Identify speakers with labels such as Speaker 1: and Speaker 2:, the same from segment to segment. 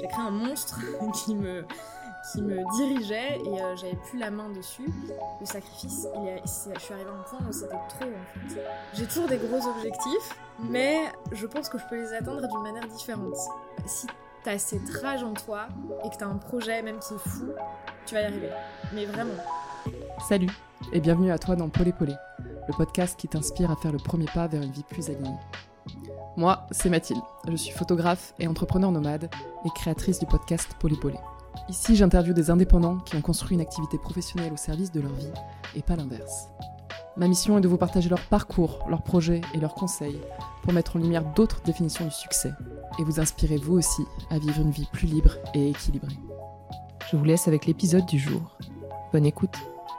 Speaker 1: créé un monstre qui me dirigeait et j'avais plus la main dessus. Le sacrifice, je suis arrivée à un point où c'était trop en fait. J'ai toujours des gros objectifs, mais je pense que je peux les atteindre d'une manière différente. Si t'as cette rage en toi et que t'as un projet, même qui est fou, tu vas y arriver. Mais vraiment.
Speaker 2: Salut et bienvenue à toi dans Polé Polé, le podcast qui t'inspire à faire le premier pas vers une vie plus alignée. Moi, c'est Mathilde, je suis photographe et entrepreneur nomade et créatrice du podcast Polé Polé. Ici, j'interviewe des indépendants qui ont construit une activité professionnelle au service de leur vie et pas l'inverse. Ma mission est de vous partager leur parcours, leurs projets et leurs conseils pour mettre en lumière d'autres définitions du succès et vous inspirer vous aussi à vivre une vie plus libre et équilibrée. Je vous laisse avec l'épisode du jour. Bonne écoute.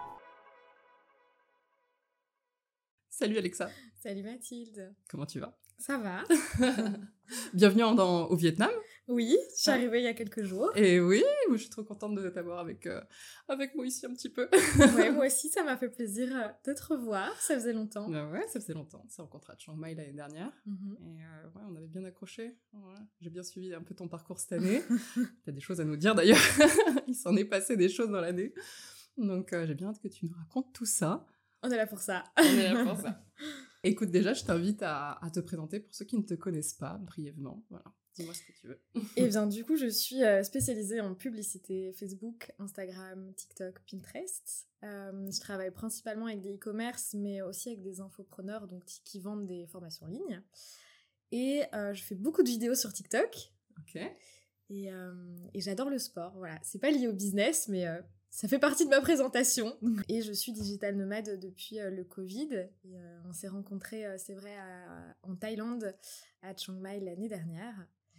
Speaker 2: Salut Alexa.
Speaker 1: Salut Mathilde.
Speaker 2: Comment tu vas ?
Speaker 1: Ça va.
Speaker 2: Bienvenue au Vietnam.
Speaker 1: Oui, je suis arrivée il y a quelques jours.
Speaker 2: Et oui, moi, je suis trop contente de t'avoir avec moi ici un petit peu.
Speaker 1: Ouais, moi aussi, ça m'a fait plaisir de te revoir. Ça faisait longtemps.
Speaker 2: Ouais, ça faisait longtemps. On s'est rencontrés à Chiang Mai l'année dernière. Et ouais, on avait bien accroché. Ouais. J'ai bien suivi un peu ton parcours cette année. T'as des choses à nous dire d'ailleurs. Il s'en est passé des choses dans l'année. Donc j'ai bien hâte que tu nous racontes tout ça.
Speaker 1: On est là pour ça.
Speaker 2: On est là pour ça. Écoute, déjà, je t'invite à te présenter pour ceux qui ne te connaissent pas, brièvement. Voilà. Dis-moi ce que tu veux.
Speaker 1: Et bien, du coup, je suis spécialisée en publicité Facebook, Instagram, TikTok, Pinterest. Je travaille principalement avec des e-commerce, mais aussi avec des infopreneurs donc, qui vendent des formations en ligne. Et je fais beaucoup de vidéos sur TikTok.
Speaker 2: Ok.
Speaker 1: Et j'adore le sport. Voilà. C'est pas lié au business, mais ça fait partie de ma présentation. Et je suis digital nomade depuis le Covid. Et, on s'est rencontrés, c'est vrai, en Thaïlande, à Chiang Mai l'année dernière.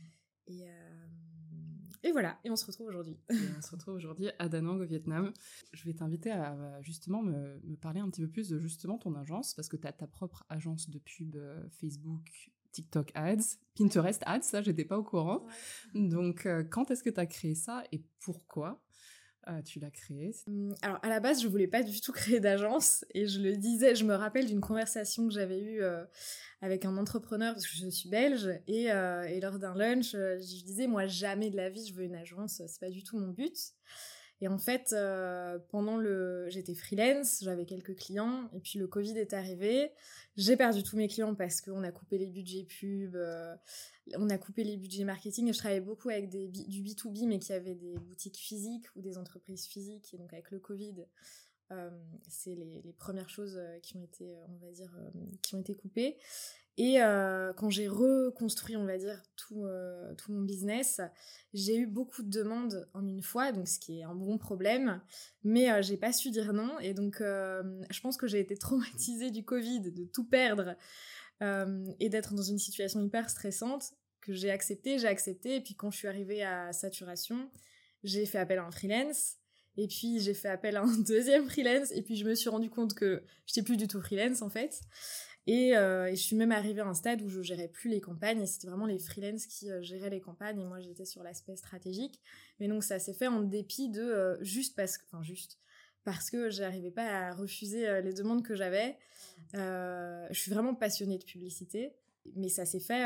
Speaker 1: Et voilà, et on se retrouve aujourd'hui.
Speaker 2: Et on se retrouve aujourd'hui à Da Nang au Vietnam. Je vais t'inviter à justement me parler un petit peu plus de justement ton agence, parce que tu as ta propre agence de pub Facebook, TikTok Ads, Pinterest Ads, ça j'étais pas au courant. Ouais. Donc quand est-ce que tu as créé ça et pourquoi tu l'as créé?
Speaker 1: Alors à la base je voulais pas du tout créer d'agence et je le disais, je me rappelle d'une conversation que j'avais eue avec un entrepreneur parce que je suis belge et lors d'un lunch je disais moi jamais de la vie je veux une agence, c'est pas du tout mon but. Et en fait j'étais freelance, j'avais quelques clients et puis le Covid est arrivé, j'ai perdu tous mes clients parce qu'on a coupé les budgets pub, on a coupé les budgets marketing et je travaillais beaucoup avec du B2B mais qui avaient des boutiques physiques ou des entreprises physiques et donc avec le Covid c'est les premières choses qui ont été on va dire qui ont été coupées. Et quand j'ai reconstruit, on va dire, tout mon business, j'ai eu beaucoup de demandes en une fois, donc ce qui est un bon problème, mais j'ai pas su dire non, et donc je pense que j'ai été traumatisée du Covid, de tout perdre, et d'être dans une situation hyper stressante, que j'ai accepté, et puis quand je suis arrivée à saturation, j'ai fait appel à un freelance, et puis j'ai fait appel à un deuxième freelance, et puis je me suis rendu compte que j'étais plus du tout freelance, en fait. Et je suis même arrivée à un stade où je gérais plus les campagnes et c'était vraiment les freelances qui géraient les campagnes et moi j'étais sur l'aspect stratégique. Mais donc ça s'est fait en dépit de juste parce que j'arrivais pas à refuser les demandes que j'avais. Je suis vraiment passionnée de publicité, mais ça s'est fait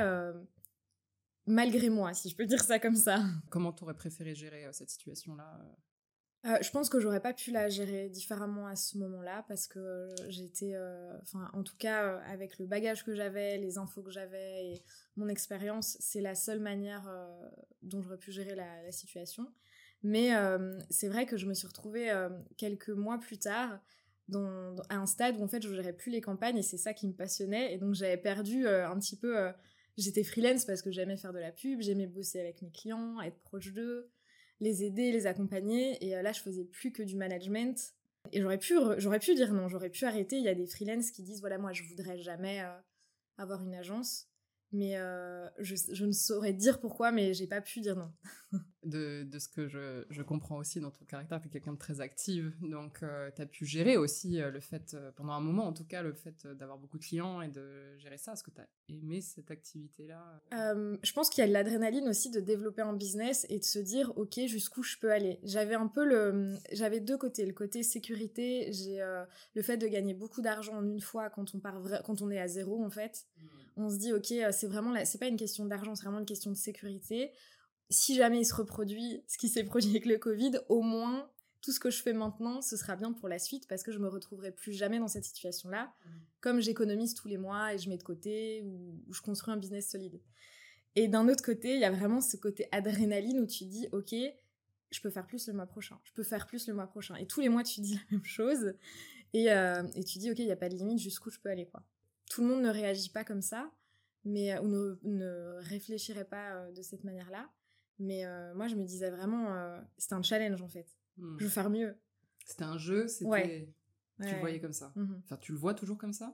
Speaker 1: malgré moi, si je peux dire ça comme ça.
Speaker 2: Comment t'aurais préféré gérer cette situation-là ?
Speaker 1: Je pense que j'aurais pas pu la gérer différemment à ce moment-là parce que j'étais, en tout cas avec le bagage que j'avais, les infos que j'avais et mon expérience, c'est la seule manière dont j'aurais pu gérer la situation. Mais c'est vrai que je me suis retrouvée quelques mois plus tard à un stade où en fait je gérais plus les campagnes et c'est ça qui me passionnait et donc j'avais perdu un petit peu. J'étais freelance parce que j'aimais faire de la pub, j'aimais bosser avec mes clients, être proche d'eux, les aider, les accompagner, et là je faisais plus que du management et j'aurais pu dire non, j'aurais pu arrêter. Il y a des freelances qui disent voilà moi je voudrais jamais avoir une agence, mais je ne saurais dire pourquoi, mais j'ai pas pu dire non.
Speaker 2: De ce que je comprends aussi dans ton caractère, t'es quelqu'un de très active, donc t'as pu gérer aussi le fait, pendant un moment en tout cas, le fait d'avoir beaucoup de clients et de gérer ça. Est-ce que t'as aimé cette activité-là ?
Speaker 1: Je pense qu'il y a de l'adrénaline aussi de développer un business et de se dire ok jusqu'où je peux aller. J'avais deux côtés, le côté sécurité, j'ai le fait de gagner beaucoup d'argent en une fois quand on est à zéro en fait. On se dit ok c'est pas une question d'argent, c'est vraiment une question de sécurité. si jamais il se reproduit ce qui s'est produit avec le Covid, au moins tout ce que je fais maintenant, ce sera bien pour la suite parce que je me retrouverai plus jamais dans cette situation-là, comme j'économise tous les mois et je mets de côté ou je construis un business solide. Et d'un autre côté, il y a vraiment ce côté adrénaline où tu dis, ok, je peux faire plus le mois prochain, je peux faire plus le mois prochain. Et tous les mois, tu dis la même chose et tu dis, ok, il n'y a pas de limite jusqu'où je peux aller, quoi. Tout le monde ne réagit pas comme ça, mais ou ne réfléchirait pas de cette manière-là. Mais moi, je me disais vraiment, c'était un challenge en fait. Je veux faire mieux.
Speaker 2: C'était un jeu, c'était...
Speaker 1: Ouais.
Speaker 2: Tu le voyais comme ça. Enfin, tu le vois toujours comme ça ?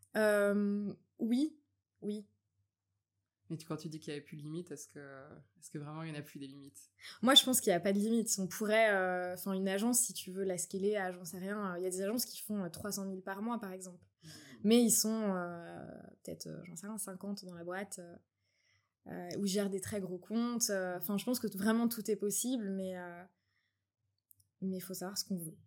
Speaker 1: Oui.
Speaker 2: Mais quand tu dis qu'il n'y avait plus de limites, est-ce que vraiment il n'y en a plus des limites ?
Speaker 1: Moi, je pense qu'il n'y a pas de limites. On pourrait... une agence, si tu veux la scaler à, j'en sais rien, il y a des agences qui font 300 000 par mois, par exemple. Mais ils sont peut-être, j'en sais rien, 50 dans la boîte, où ils gèrent des très gros comptes. Je pense que vraiment tout est possible, mais il faut savoir ce qu'on veut.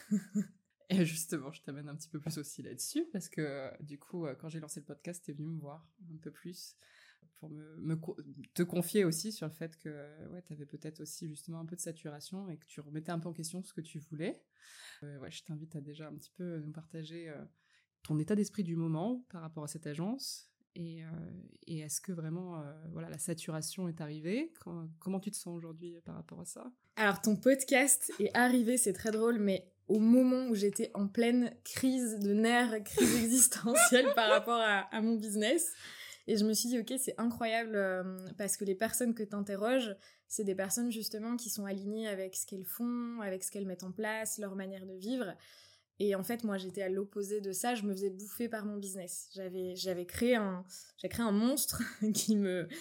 Speaker 2: Et justement, je t'amène un petit peu plus aussi là-dessus, parce que du coup, quand j'ai lancé le podcast, t'es venu me voir un peu plus pour te confier aussi sur le fait que t'avais peut-être aussi justement un peu de saturation et que tu remettais un peu en question ce que tu voulais. Je t'invite à déjà un petit peu nous partager ton état d'esprit du moment par rapport à cette agence. Et est-ce que vraiment la saturation est arrivée ? Comment tu te sens aujourd'hui par rapport à ça ?
Speaker 1: Alors, ton podcast est arrivé, c'est très drôle, mais au moment où j'étais en pleine crise de nerfs, crise existentielle par rapport à mon business. Et je me suis dit, ok, c'est incroyable parce que les personnes que tu interroges, c'est des personnes justement qui sont alignées avec ce qu'elles font, avec ce qu'elles mettent en place, leur manière de vivre. Et en fait, moi, j'étais à l'opposé de ça. Je me faisais bouffer par mon business. J'avais créé un monstre qui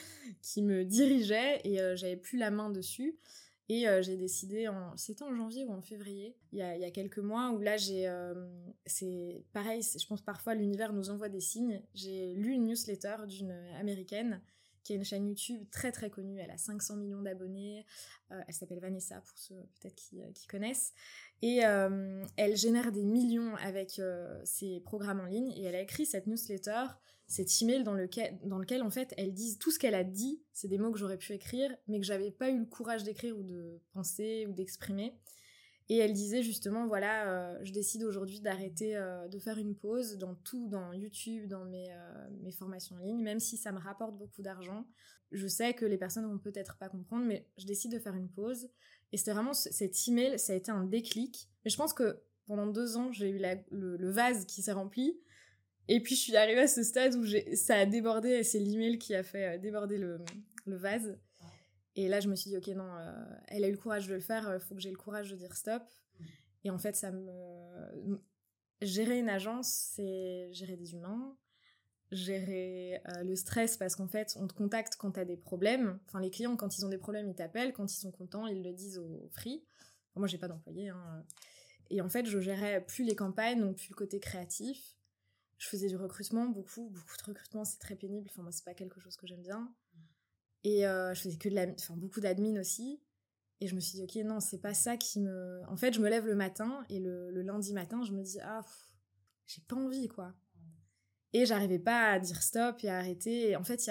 Speaker 1: me dirigeait et j'avais plus la main dessus. Et j'ai décidé, c'était en janvier ou en février, il y a quelques mois, où là, c'est pareil, je pense parfois l'univers nous envoie des signes. J'ai lu une newsletter d'une américaine qui a une chaîne YouTube très très connue, elle a 500 millions d'abonnés, elle s'appelle Vanessa pour ceux peut-être qui connaissent, et elle génère des millions avec ses programmes en ligne, et elle a écrit cette newsletter, cet email dans lequel en fait elle dit tout ce qu'elle a dit, c'est des mots que j'aurais pu écrire, mais que j'avais pas eu le courage d'écrire ou de penser ou d'exprimer. Et elle disait justement, je décide aujourd'hui d'arrêter de faire une pause dans tout, dans YouTube, dans mes formations en ligne, même si ça me rapporte beaucoup d'argent. Je sais que les personnes vont peut-être pas comprendre, mais je décide de faire une pause. Et c'était vraiment cet email, ça a été un déclic. Mais je pense que pendant 2 ans, j'ai eu le vase qui s'est rempli. Et puis je suis arrivée à ce stade où ça a débordé, et c'est l'email qui a fait déborder le vase. Et là, je me suis dit, ok, non, elle a eu le courage de le faire, il faut que j'ai le courage de dire stop. Et en fait, gérer une agence, c'est gérer des humains, gérer le stress, parce qu'en fait, on te contacte quand t'as des problèmes. Enfin, les clients, quand ils ont des problèmes, ils t'appellent. Quand ils sont contents, ils le disent au free. Enfin, moi, j'ai pas d'employé, hein. Et en fait, je gérais plus les campagnes, donc plus le côté créatif. Je faisais du recrutement, beaucoup de recrutement, c'est très pénible. Enfin, moi, c'est pas quelque chose que j'aime bien. Et je faisais beaucoup d'admin aussi. Et je me suis dit, ok, non, c'est pas ça qui me... En fait, je me lève le matin et le lundi matin, je me dis, j'ai pas envie, quoi. Et j'arrivais pas à dire stop et à arrêter. Et en fait,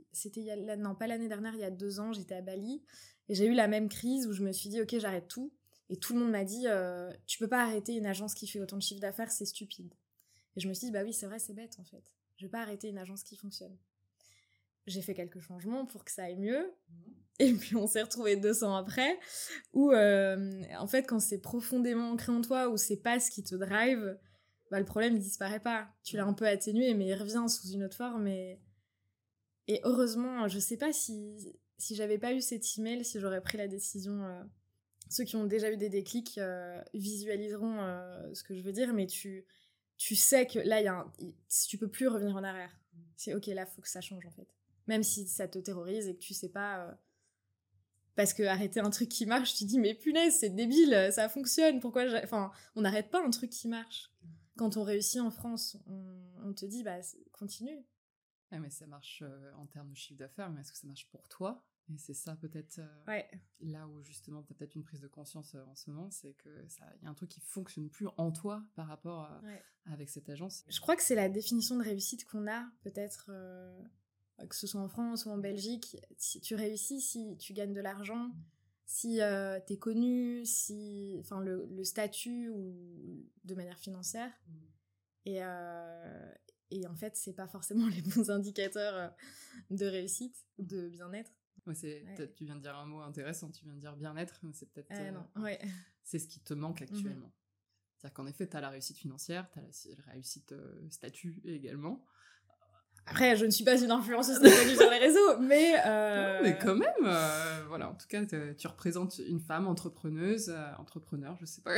Speaker 1: pas l'année dernière, il y a 2 ans, j'étais à Bali et j'ai eu la même crise où je me suis dit, ok, j'arrête tout. Et tout le monde m'a dit, tu peux pas arrêter une agence qui fait autant de chiffre d'affaires, c'est stupide. Et je me suis dit, bah oui, c'est vrai, c'est bête, en fait. Je vais pas arrêter une agence qui fonctionne. J'ai fait quelques changements pour que ça aille mieux. Et puis on s'est retrouvés 200 après, où en fait quand c'est profondément ancré en toi, où c'est pas ce qui te drive, le problème il disparaît pas. Tu l'as un peu atténué, mais il revient sous une autre forme. Et heureusement, je sais pas si j'avais pas eu cet email, si j'aurais pris la décision. Ceux qui ont déjà eu des déclics visualiseront ce que je veux dire, mais tu sais que là, tu peux plus revenir en arrière. C'est ok, là, faut que ça change en fait. Même si ça te terrorise et que tu sais pas... parce que arrêter un truc qui marche, tu te dis, mais punaise, c'est débile, ça fonctionne, pourquoi... on n'arrête pas un truc qui marche. Quand on réussit en France, on te dit, continue.
Speaker 2: Ouais, mais ça marche en termes de chiffre d'affaires, mais est-ce que ça marche pour toi ? Et c'est ça peut-être là où justement tu as peut-être une prise de conscience en ce moment, c'est que y a un truc qui fonctionne plus en toi par rapport avec cette agence.
Speaker 1: Je crois que c'est la définition de réussite qu'on a peut-être que ce soit en France ou en Belgique, si tu réussis, si tu gagnes de l'argent, si t'es connu, enfin le statut ou de manière financière. Et en fait, c'est pas forcément les bons indicateurs de réussite, de bien-être.
Speaker 2: Ouais, tu viens de dire un mot intéressant, tu viens de dire bien-être, c'est peut-être...
Speaker 1: non, ouais.
Speaker 2: C'est ce qui te manque actuellement. C'est-à-dire qu'en effet, t'as la réussite financière, t'as la réussite statut également.
Speaker 1: Après, je ne suis pas une influenceuse de connue sur les réseaux, mais...
Speaker 2: Non, mais quand même, voilà, en tout cas, tu représentes une femme entrepreneuse, entrepreneur, je sais pas,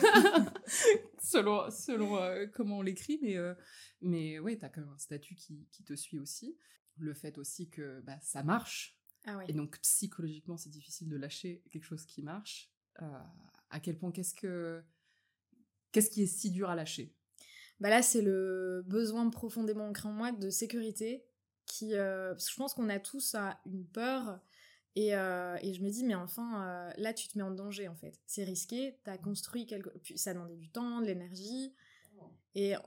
Speaker 2: selon comment on l'écrit, mais ouais, t'as quand même un statut qui te suit aussi. Le fait aussi que ça marche, et donc psychologiquement, c'est difficile de lâcher quelque chose qui marche. À quel point, qu'est-ce qui est si dur à lâcher ?
Speaker 1: Là, c'est le besoin profondément ancré en moi de sécurité, parce que je pense qu'on a tous une peur, et je me dis, mais enfin, là, tu te mets en danger, en fait. C'est risqué, t'as construit puis ça demandait du temps, de l'énergie, et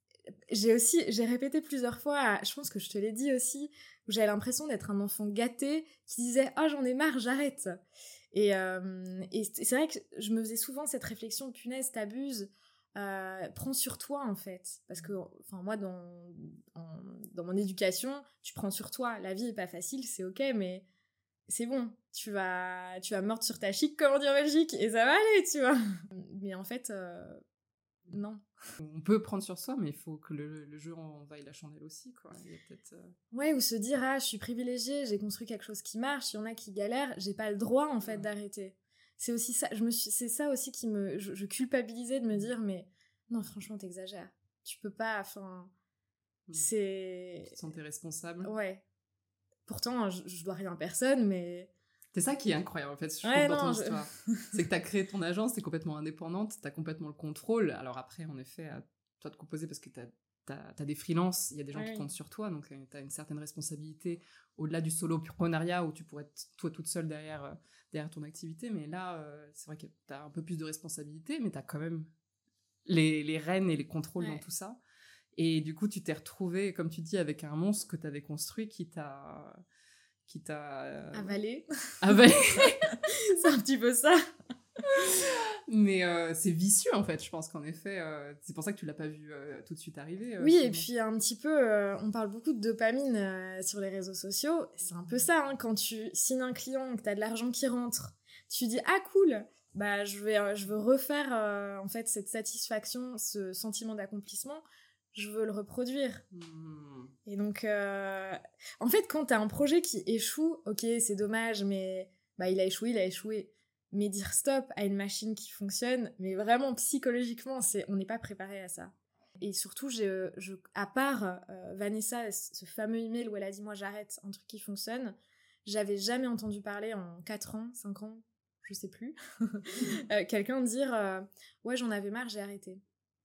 Speaker 1: j'ai répété plusieurs fois, je pense que je te l'ai dit aussi, où j'avais l'impression d'être un enfant gâté qui disait « Ah, j'en ai marre, j'arrête !» Et c'est vrai que je me faisais souvent cette réflexion, punaise, t'abuses, prends sur toi en fait, parce que moi dans mon éducation tu prends sur toi, la vie est pas facile, c'est ok, mais c'est bon, tu vas mordre sur ta chic comme on dit en Belgique et ça va aller, tu vois. Mais en fait non.
Speaker 2: On peut prendre sur soi, mais il faut que le jeu en vaille la chandelle aussi, quoi. Il y a peut-être...
Speaker 1: Ouais, ou se dire « Ah, je suis privilégiée, j'ai construit quelque chose qui marche, il y en a qui galèrent, j'ai pas le droit en fait d'arrêter. » C'est aussi ça, c'est ça aussi qui je culpabilisais de me dire « Mais non, franchement, t'exagères. Tu peux pas, enfin... » C'est...
Speaker 2: Tu te sentais responsable.
Speaker 1: Ouais. Pourtant, je dois rien à personne, mais...
Speaker 2: C'est ça qui est incroyable, en fait, je trouve, dans ton histoire. C'est que t'as créé ton agence, t'es complètement indépendante, t'as complètement le contrôle. Alors après, en effet, à toi de composer, parce que t'as des freelances, il y a des gens qui comptent sur toi, donc t'as une certaine responsabilité au-delà du soloprenariat où tu pourrais être toi toute seule derrière ton activité. Mais là, c'est vrai que t'as un peu plus de responsabilité, mais t'as quand même les rênes et les contrôles dans tout ça. Et du coup, tu t'es retrouvée, comme tu dis, avec un monstre que t'avais construit qui t'a
Speaker 1: avalé.
Speaker 2: C'est
Speaker 1: un petit peu ça.
Speaker 2: Mais c'est vicieux en fait, je pense qu'en effet, c'est pour ça que tu l'as pas vu tout de suite arriver.
Speaker 1: Oui, et puis un petit peu, on parle beaucoup de dopamine sur les réseaux sociaux, c'est un peu ça, hein, quand tu signes un client, que t'as de l'argent qui rentre, tu dis « Ah cool, je veux refaire en fait cette satisfaction, ce sentiment d'accomplissement, je veux le reproduire. » Et donc, en fait, quand t'as un projet qui échoue, ok, c'est dommage, mais il a échoué. Mais dire stop à une machine qui fonctionne, mais vraiment psychologiquement, on n'est pas préparé à ça. Et surtout, à part Vanessa, ce fameux email où elle a dit « Moi, j'arrête un truc qui fonctionne », j'avais jamais entendu parler en 4 ans, 5 ans, je sais plus, quelqu'un dire « Ouais, j'en avais marre, j'ai arrêté ».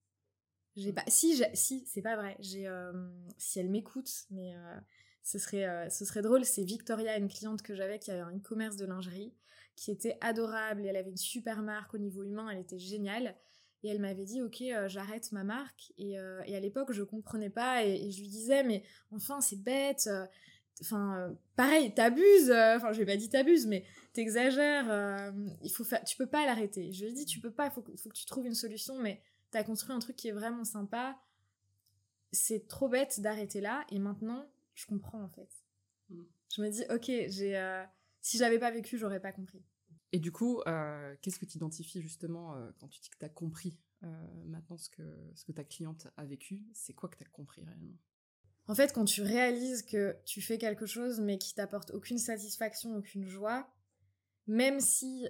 Speaker 1: Si, c'est pas vrai. Si elle m'écoute, mais ce serait drôle. C'est Victoria, une cliente que j'avais qui avait un e-commerce de lingerie, qui était adorable, et elle avait une super marque au niveau humain, elle était géniale. Et elle m'avait dit, ok, j'arrête ma marque. Et à l'époque, je comprenais pas, et je lui disais, mais enfin, c'est bête. Pareil, t'abuses. Je lui ai pas dit t'abuses, mais t'exagères. Tu peux pas l'arrêter. Je lui ai dit, tu peux pas. Faut que tu trouves une solution, mais t'as construit un truc qui est vraiment sympa, c'est trop bête d'arrêter là, et maintenant, je comprends en fait. Je me dis, ok, si je l'avais pas vécu, j'aurais pas compris.
Speaker 2: Et du coup, qu'est-ce que tu identifies justement quand tu dis que t'as compris maintenant ce que ta cliente a vécu? C'est quoi que t'as compris réellement?
Speaker 1: En fait, quand tu réalises que tu fais quelque chose, mais qui t'apporte aucune satisfaction, aucune joie, même si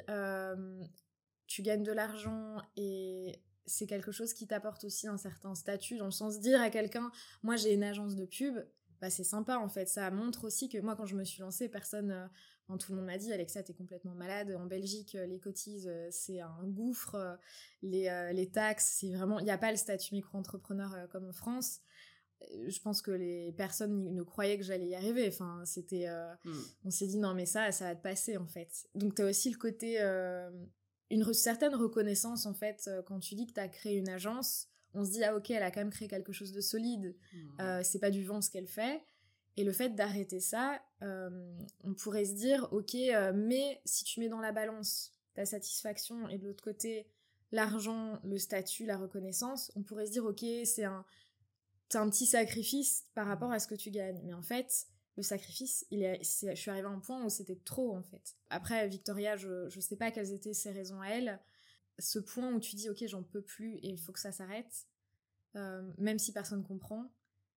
Speaker 1: tu gagnes de l'argent et c'est quelque chose qui t'apporte aussi un certain statut, dans le sens de dire à quelqu'un « Moi, j'ai une agence de pub », c'est sympa, en fait. Ça montre aussi que moi, quand je me suis lancée, tout le monde m'a dit « Alexa, t'es complètement malade. En Belgique, les cotises, c'est un gouffre. Les taxes, c'est vraiment... Il n'y a pas le statut micro-entrepreneur comme en France. » Je pense que les personnes ne croyaient que j'allais y arriver. Enfin, c'était... On s'est dit « Non, mais ça va te passer, en fait. » Donc, t'as aussi le côté... une certaine reconnaissance, en fait, quand tu dis que tu as créé une agence, on se dit « Ah ok, elle a quand même créé quelque chose de solide, c'est pas du vent ce qu'elle fait. » Et le fait d'arrêter ça, on pourrait se dire, ok, mais si tu mets dans la balance ta satisfaction et de l'autre côté l'argent, le statut, la reconnaissance, on pourrait se dire, ok, c'est un petit sacrifice par rapport à ce que tu gagnes. Mais en fait, le sacrifice, je suis arrivée à un point où c'était trop, en fait. Après, Victoria, je sais pas quelles étaient ses raisons à elle. Ce point où tu dis, ok, j'en peux plus et il faut que ça s'arrête, même si personne comprend.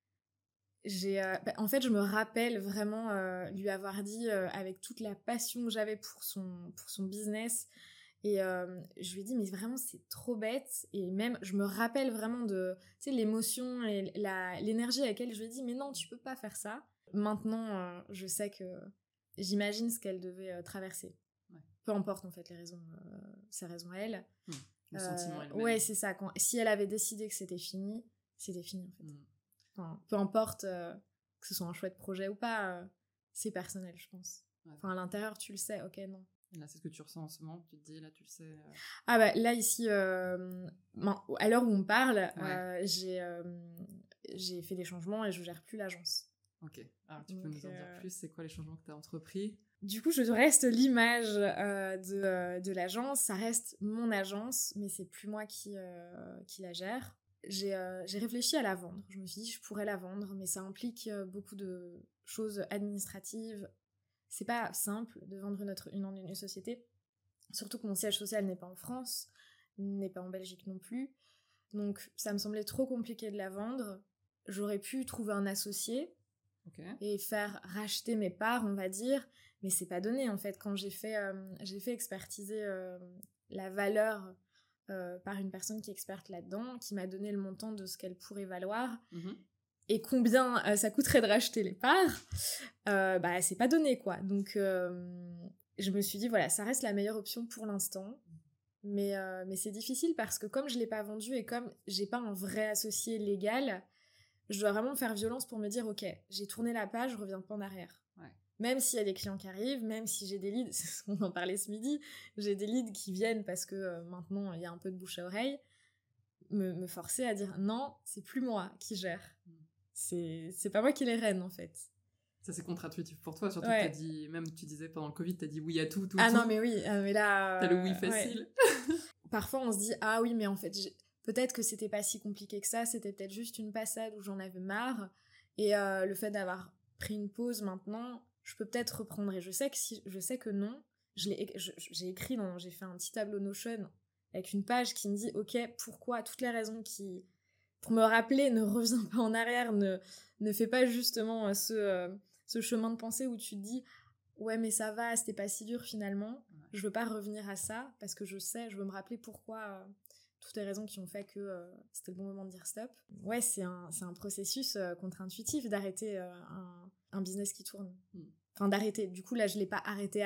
Speaker 1: En fait, je me rappelle vraiment lui avoir dit, avec toute la passion que j'avais pour son business, et je lui ai dit, mais vraiment, c'est trop bête. Et même, je me rappelle vraiment de l'émotion et l'énergie avec laquelle je lui ai dit, mais non, tu peux pas faire ça. Maintenant, je sais que j'imagine ce qu'elle devait traverser. Ouais. Peu importe, en fait, ses raisons à elle.
Speaker 2: Le sentiment elle-même.
Speaker 1: Ouais, c'est ça. Si elle avait décidé que c'était fini, en fait. Enfin, peu importe que ce soit un chouette projet ou pas, c'est personnel, je pense. Ouais. Enfin, à l'intérieur, tu le sais, ok, non.
Speaker 2: Et là, c'est ce que tu ressens en ce moment, tu te dis, là, tu le sais.
Speaker 1: Ah bah, là, ici, à l'heure où on parle, ouais. J'ai fait des changements et je gère plus l'agence.
Speaker 2: Ok, alors tu peux nous en dire plus, c'est quoi les changements que tu as entrepris ?
Speaker 1: Du coup, je reste l'image de l'agence, ça reste mon agence, mais c'est plus moi qui la gère. J'ai réfléchi à la vendre. Je me suis dit, je pourrais la vendre, mais ça implique beaucoup de choses administratives. C'est pas simple de vendre une société. Surtout que mon siège social n'est pas en France, n'est pas en Belgique non plus. Donc, ça me semblait trop compliqué de la vendre. J'aurais pu trouver un associé et faire racheter mes parts, on va dire. Mais c'est pas donné, en fait. Quand j'ai fait expertiser la valeur par une personne qui est experte là-dedans, qui m'a donné le montant de ce qu'elle pourrait valoir, et combien ça coûterait de racheter les parts, c'est pas donné, quoi. Donc, je me suis dit, voilà, ça reste la meilleure option pour l'instant, mais c'est difficile parce que comme je l'ai pas vendu et comme j'ai pas un vrai associé légal, je dois vraiment me faire violence pour me dire, ok, j'ai tourné la page, je reviens pas en arrière. Ouais. Même s'il y a des clients qui arrivent, même si j'ai des leads, c'est ce qu'on en parlait ce midi, j'ai des leads qui viennent parce que maintenant il y a un peu de bouche à oreille, me forcer à dire non, c'est plus moi qui gère. C'est pas moi qui les rêne, en fait.
Speaker 2: Ça, c'est contre-intuitif pour toi, surtout que t'as dit, même tu disais pendant le Covid, t'as dit oui à tout.
Speaker 1: Non, mais oui, mais là...
Speaker 2: T'as le oui facile.
Speaker 1: Ouais. Parfois, on se dit, ah oui, mais en fait, peut-être que c'était pas si compliqué que ça, c'était peut-être juste une passade où j'en avais marre, et le fait d'avoir pris une pause maintenant, je peux peut-être reprendre, et je sais que non, j'ai écrit, j'ai fait un petit tableau Notion avec une page qui me dit, ok, pourquoi, toutes les raisons qui... Pour me rappeler, ne reviens pas en arrière, ne fais pas justement ce chemin de pensée où tu te dis ouais mais ça va, c'était pas si dur finalement, je veux pas revenir à ça parce que je veux me rappeler pourquoi toutes les raisons qui ont fait que c'était le bon moment de dire stop. Ouais, c'est un processus contre-intuitif d'arrêter un business qui tourne. Enfin d'arrêter, du coup là je l'ai pas arrêté,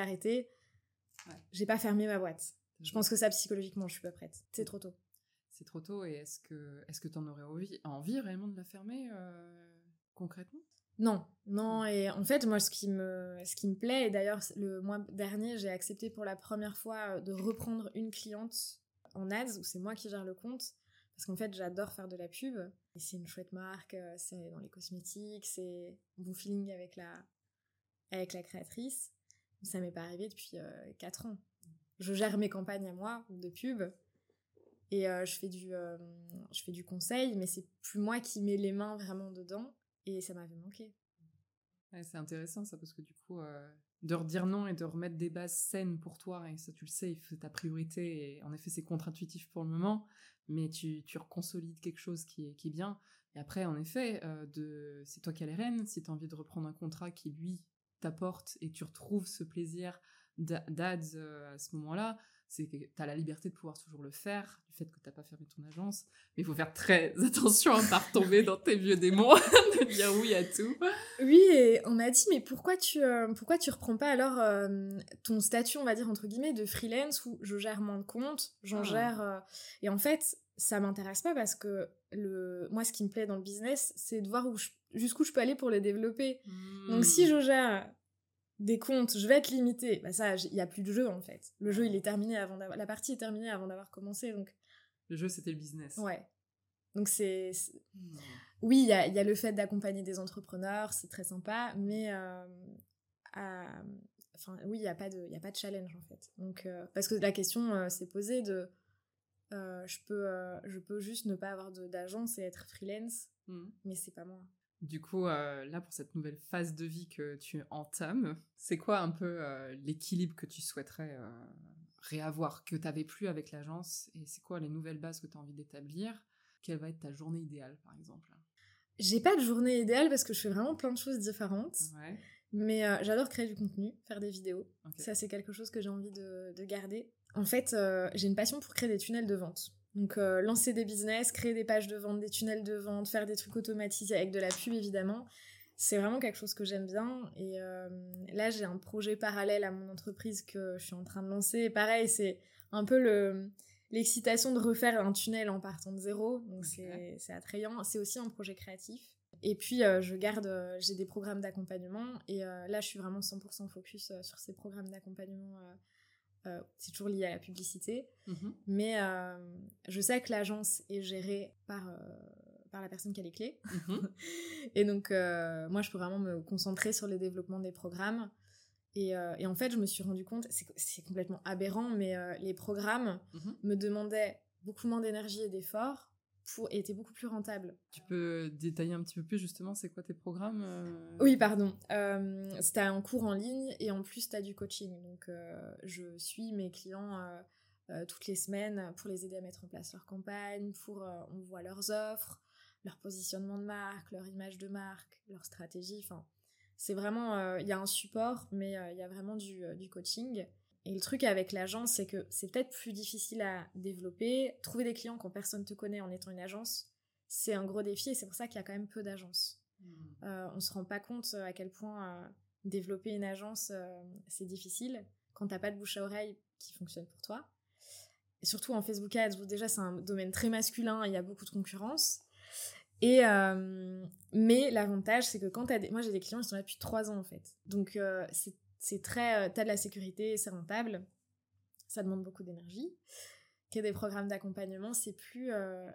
Speaker 1: j'ai pas fermé ma boîte. Je pense que ça psychologiquement je suis pas prête, c'est trop tôt.
Speaker 2: C'est trop tôt, et est-ce que t'en aurais envie réellement de la fermer concrètement ?
Speaker 1: Non, et en fait, moi, ce qui me plaît, et d'ailleurs, le mois dernier, j'ai accepté pour la première fois de reprendre une cliente en ads, où c'est moi qui gère le compte, parce qu'en fait, j'adore faire de la pub, et c'est une chouette marque, c'est dans les cosmétiques, c'est un bon feeling avec la créatrice. Ça m'est pas arrivé depuis 4 ans. Je gère mes campagnes à moi, de pub, et je fais du conseil, mais c'est plus moi qui mets les mains vraiment dedans, et ça m'avait manqué.
Speaker 2: Ouais, c'est intéressant ça, parce que du coup, de redire non et de remettre des bases saines pour toi, et ça tu le sais, c'est ta priorité, et en effet c'est contre-intuitif pour le moment, mais tu reconsolides quelque chose qui est bien, et après en effet, c'est toi qui as les rênes, si tu as envie de reprendre un contrat qui lui t'apporte, et tu retrouves ce plaisir d'ads à ce moment-là, c'est que tu as la liberté de pouvoir toujours le faire, du fait que tu n'as pas fermé ton agence. Mais il faut faire très attention à ne pas retomber dans tes vieux démons, de dire oui à tout.
Speaker 1: Oui, et on m'a dit, mais pourquoi tu reprends pas alors ton statut, on va dire, entre guillemets, de freelance, où je gère moins de comptes, gère... Et en fait, ça m'intéresse pas parce que moi, ce qui me plaît dans le business, c'est de voir jusqu'où je peux aller pour le développer. Donc si je gère des comptes, je vais être limitée. Ça, il y a plus de jeu en fait. Le jeu, il est terminé la partie est terminée avant d'avoir commencé. Donc
Speaker 2: le jeu, c'était le business.
Speaker 1: Ouais. Donc c'est Oui, il y a le fait d'accompagner des entrepreneurs, c'est très sympa, mais oui, il y a pas de challenge en fait. Donc, parce que la question s'est posée de je peux juste ne pas avoir d'agence et être freelance, mais c'est pas moi.
Speaker 2: Du coup, là, pour cette nouvelle phase de vie que tu entames, c'est quoi un peu l'équilibre que tu souhaiterais réavoir, que tu n'avais plus avec l'agence, et c'est quoi les nouvelles bases que tu as envie d'établir? Quelle va être ta journée idéale, par exemple?
Speaker 1: J'ai pas de journée idéale parce que je fais vraiment plein de choses différentes.
Speaker 2: Ouais.
Speaker 1: Mais j'adore créer du contenu, faire des vidéos. Okay. Ça, c'est quelque chose que j'ai envie de garder. En fait, j'ai une passion pour créer des tunnels de vente. Donc, lancer des business, créer des pages de vente, des tunnels de vente, faire des trucs automatisés avec de la pub, évidemment. C'est vraiment quelque chose que j'aime bien. Et là, j'ai un projet parallèle à mon entreprise que je suis en train de lancer. Et pareil, c'est un peu l'excitation de refaire un tunnel en partant de zéro. Donc, okay. C'est attrayant. C'est aussi un projet créatif. Et puis, j'ai des programmes d'accompagnement. Et là, je suis vraiment 100% focus sur ces programmes d'accompagnement. C'est toujours lié à la publicité. Mais je sais que l'agence est gérée par la personne qui a les clés. Et donc, moi, je peux vraiment me concentrer sur le développement des programmes. Et en fait, je me suis rendu compte, c'est complètement aberrant, mais les programmes me demandaient beaucoup moins d'énergie et d'efforts et étaient beaucoup plus rentables.
Speaker 2: Tu peux détailler un petit peu plus, justement, c'est quoi tes programmes
Speaker 1: Oui, pardon. C'était un cours en ligne et en plus, tu as du coaching. Donc, je suis mes clients toutes les semaines pour les aider à mettre en place leur campagne, on voit leurs offres, leur positionnement de marque, leur image de marque, leur stratégie, enfin... C'est vraiment, y a un support, mais il y a vraiment du coaching. Et le truc avec l'agence, c'est que c'est peut-être plus difficile à développer. Trouver des clients quand personne te connaît en étant une agence, c'est un gros défi et c'est pour ça qu'il y a quand même peu d'agences. On se rend pas compte à quel point développer une agence, c'est difficile quand t'as pas de bouche à oreille qui fonctionne pour toi. Et surtout en Facebook Ads, où déjà c'est un domaine très masculin et il y a beaucoup de concurrence. Et mais l'avantage, c'est que quand moi j'ai des clients, ils sont là depuis 3 ans en fait. Donc c'est très, t'as de la sécurité, c'est rentable. Ça demande beaucoup d'énergie. Qu'il y ait des programmes d'accompagnement, c'est plus...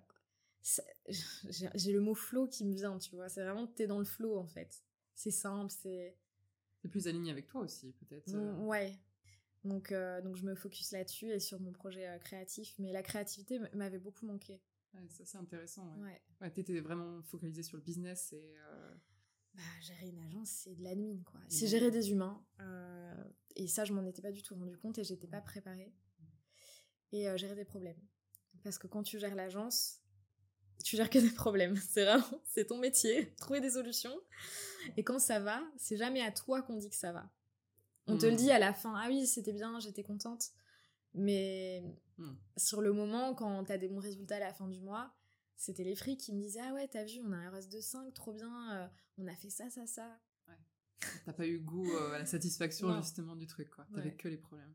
Speaker 1: j'ai le mot flow qui me vient, tu vois. C'est vraiment que t'es dans le flow en fait. C'est simple, c'est...
Speaker 2: C'est plus aligné avec toi aussi, peut-être.
Speaker 1: Ouais. Donc je me focus là-dessus et sur mon projet créatif. Mais la créativité m'avait beaucoup manqué.
Speaker 2: Ouais, ça c'est intéressant. Ouais, t'étais vraiment focalisée sur le business et...
Speaker 1: gérer une agence, c'est de l'admin, quoi. C'est gérer des humains. Et ça, je m'en étais pas du tout rendu compte et j'étais pas préparée. Et gérer des problèmes. Parce que quand tu gères l'agence, tu gères que des problèmes. C'est ton métier, trouver des solutions. Et quand ça va, c'est jamais à toi qu'on dit que ça va. On te le dit à la fin, ah oui, c'était bien, j'étais contente. Mais sur le moment, quand t'as des bons résultats à la fin du mois, c'était les frics qui me disaient « Ah ouais, t'as vu, on a un RS de 5, trop bien, on a fait ça. »
Speaker 2: Ouais. T'as pas eu goût à la satisfaction justement du truc, quoi. T'avais que les problèmes.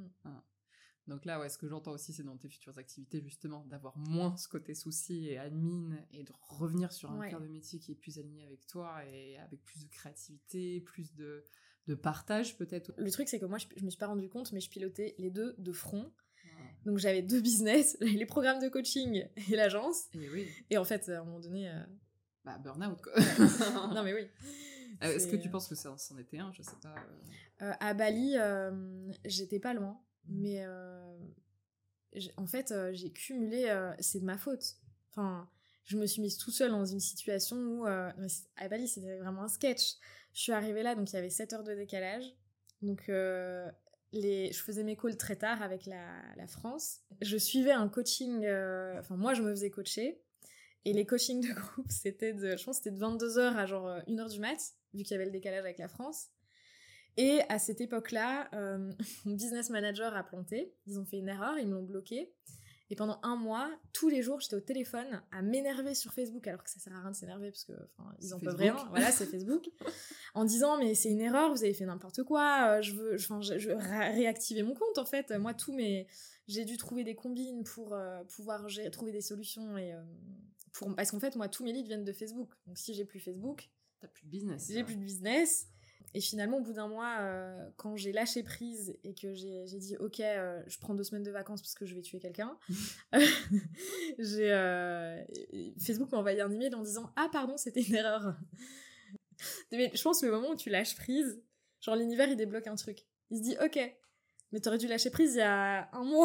Speaker 2: Donc là, ce que j'entends aussi, c'est dans tes futures activités, justement, d'avoir moins ce côté souci et admin et de revenir sur un cœur de métier qui est plus aligné avec toi et avec plus de créativité, plus de partage peut-être.
Speaker 1: Le truc, c'est que moi, je me suis pas rendu compte, mais je pilotais les deux de front. Donc j'avais 2 business, les programmes de coaching et l'agence.
Speaker 2: Et oui.
Speaker 1: Et en fait, à un moment donné...
Speaker 2: burn-out, quoi.
Speaker 1: Non, mais oui.
Speaker 2: Est-ce que tu penses que ça en était un? Je sais pas.
Speaker 1: À Bali, j'étais pas loin. Mais en fait, j'ai cumulé... c'est de ma faute. Enfin, je me suis mise toute seule dans une situation où... à Bali, c'était vraiment un sketch. Je suis arrivée là, donc il y avait 7 heures de décalage. Donc... je faisais mes calls très tard avec la France. Je suivais un coaching... moi, je me faisais coacher. Et les coachings de groupe, je pense que c'était de 22h à genre 1h du mat, vu qu'il y avait le décalage avec la France. Et à cette époque-là, mon business manager a planté. Ils ont fait une erreur, ils me l'ont bloqué. Et pendant 1 mois, tous les jours, j'étais au téléphone à m'énerver sur Facebook, alors que ça sert à rien de s'énerver, parce que ils en peuvent rien. Voilà, c'est Facebook. En disant, mais c'est une erreur, vous avez fait n'importe quoi, je veux réactiver mon compte, en fait. Moi, j'ai dû trouver des combines pour pouvoir trouver des solutions, parce qu'en fait, moi, tous mes leads viennent de Facebook. Donc, si j'ai plus Facebook...
Speaker 2: T'as plus de business.
Speaker 1: J'ai plus de business. Et finalement, au bout d'un mois, quand j'ai lâché prise et que j'ai dit « Ok, je prends 2 semaines de vacances parce que je vais tuer quelqu'un », Facebook m'a envoyé un email en disant « Ah pardon, c'était une erreur ». Mais je pense que le moment où tu lâches prise, genre l'univers il débloque un truc. Il se dit « Ok, mais t'aurais dû lâcher prise il y a un mois ».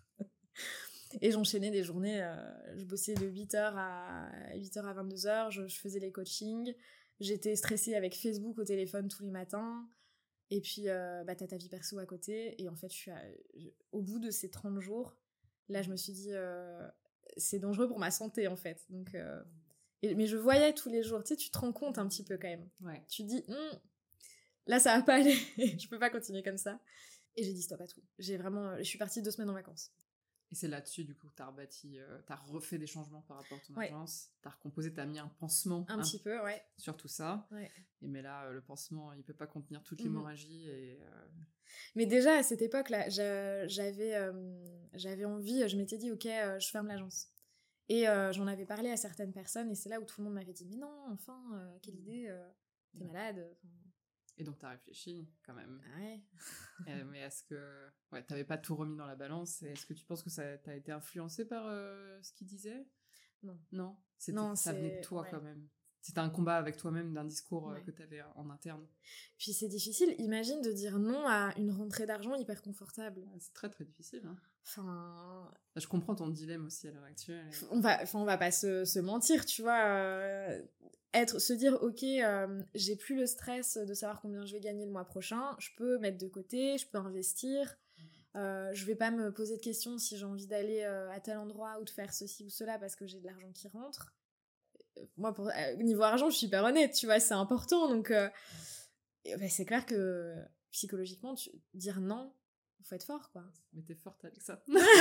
Speaker 1: Et j'enchaînais des journées, je bossais de 8h à 22h, je faisais les coachings, j'étais stressée avec Facebook au téléphone tous les matins, et puis t'as ta vie perso à côté, et en fait au bout de ces 30 jours, là je me suis dit c'est dangereux pour ma santé en fait, donc, mais je voyais tous les jours, tu sais, tu te rends compte un petit peu quand même, tu te dis là ça va pas aller, je peux pas continuer comme ça, et j'ai dit stop à tout, je suis partie 2 semaines en vacances.
Speaker 2: Et c'est là-dessus, du coup, que t'as rebâti, t'as refait des changements par rapport à ton agence, t'as recomposé, t'as mis un pansement
Speaker 1: un petit peu,
Speaker 2: sur tout ça.
Speaker 1: Ouais.
Speaker 2: Et mais là, le pansement, il peut pas contenir toute l'hémorragie. Et,
Speaker 1: Mais déjà, à cette époque-là, j'avais envie, je m'étais dit, ok, je ferme l'agence. Et j'en avais parlé à certaines personnes, et c'est là où tout le monde m'avait dit, mais non, enfin, quelle idée, t'es malade.
Speaker 2: Et donc t'as réfléchi quand même.
Speaker 1: Ouais.
Speaker 2: Mais est-ce que t'avais pas tout remis dans la balance, et est-ce que tu penses que t'as été influencé par ce qu'il disait? Non, ça venait de toi quand même. C'était un combat avec toi-même d'un discours que t'avais en interne.
Speaker 1: Puis c'est difficile, imagine de dire non à une rentrée d'argent hyper confortable.
Speaker 2: C'est très très difficile. Hein.
Speaker 1: Enfin...
Speaker 2: Je comprends ton dilemme aussi à l'heure actuelle.
Speaker 1: On va pas se mentir, tu vois. Se dire, ok, j'ai plus le stress de savoir combien je vais gagner le mois prochain, je peux mettre de côté, je peux investir, je vais pas me poser de questions si j'ai envie d'aller à tel endroit ou de faire ceci ou cela parce que j'ai de l'argent qui rentre. Moi, niveau argent, je suis hyper honnête, tu vois, c'est important, donc c'est clair que psychologiquement, dire non, faut être fort, quoi.
Speaker 2: Mais t'es forte avec ça.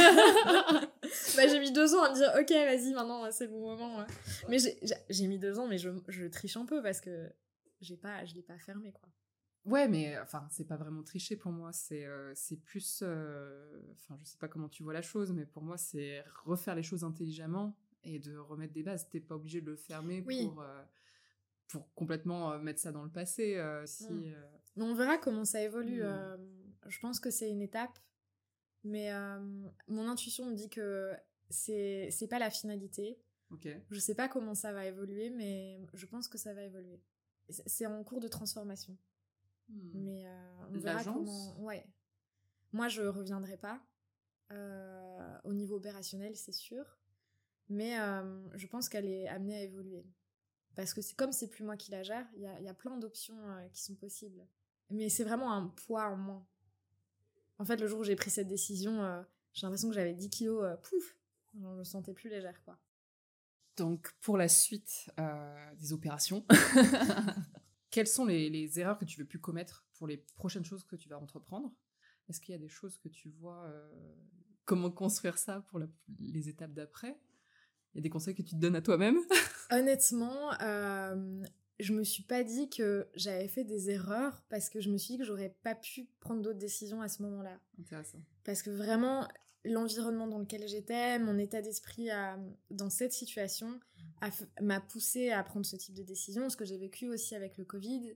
Speaker 1: J'ai mis 2 ans à me dire ok, vas-y, maintenant c'est le bon moment. Ouais. Mais j'ai mis 2 ans, mais je triche un peu parce que je l'ai pas fermé, quoi.
Speaker 2: Ouais, mais enfin, c'est pas vraiment tricher pour moi, c'est plus, enfin, je sais pas comment tu vois la chose, mais pour moi, c'est refaire les choses intelligemment et de remettre des bases. T'es pas obligé de le fermer pour complètement mettre ça dans le passé.
Speaker 1: Mais on verra comment ça évolue. Je pense que c'est une étape, mais mon intuition me dit que c'est pas la finalité.
Speaker 2: Okay.
Speaker 1: Je sais pas comment ça va évoluer, mais je pense que ça va évoluer. C'est en cours de transformation. Mais on verra comment... Ouais. Moi, je reviendrai pas au niveau opérationnel, c'est sûr. Mais je pense qu'elle est amenée à évoluer. Parce que comme c'est plus moi qui la gère, il y a plein d'options qui sont possibles. Mais c'est vraiment un poids en moins. En fait, le jour où j'ai pris cette décision, j'ai l'impression que j'avais 10 kilos, pouf, je me sentais plus légère, quoi.
Speaker 2: Donc, pour la suite des opérations, quelles sont les erreurs que tu veux plus commettre pour les prochaines choses que tu vas entreprendre? Est-ce qu'il y a des choses que tu vois, comment construire ça pour les étapes d'après? Il y a des conseils que tu te donnes à toi-même?
Speaker 1: Honnêtement, je me suis pas dit que j'avais fait des erreurs parce que je me suis dit que j'aurais pas pu prendre d'autres décisions à ce moment-là.
Speaker 2: Intéressant.
Speaker 1: Parce que vraiment, l'environnement dans lequel j'étais, mon état d'esprit dans cette situation m'a poussée à prendre ce type de décision, ce que j'ai vécu aussi avec le Covid.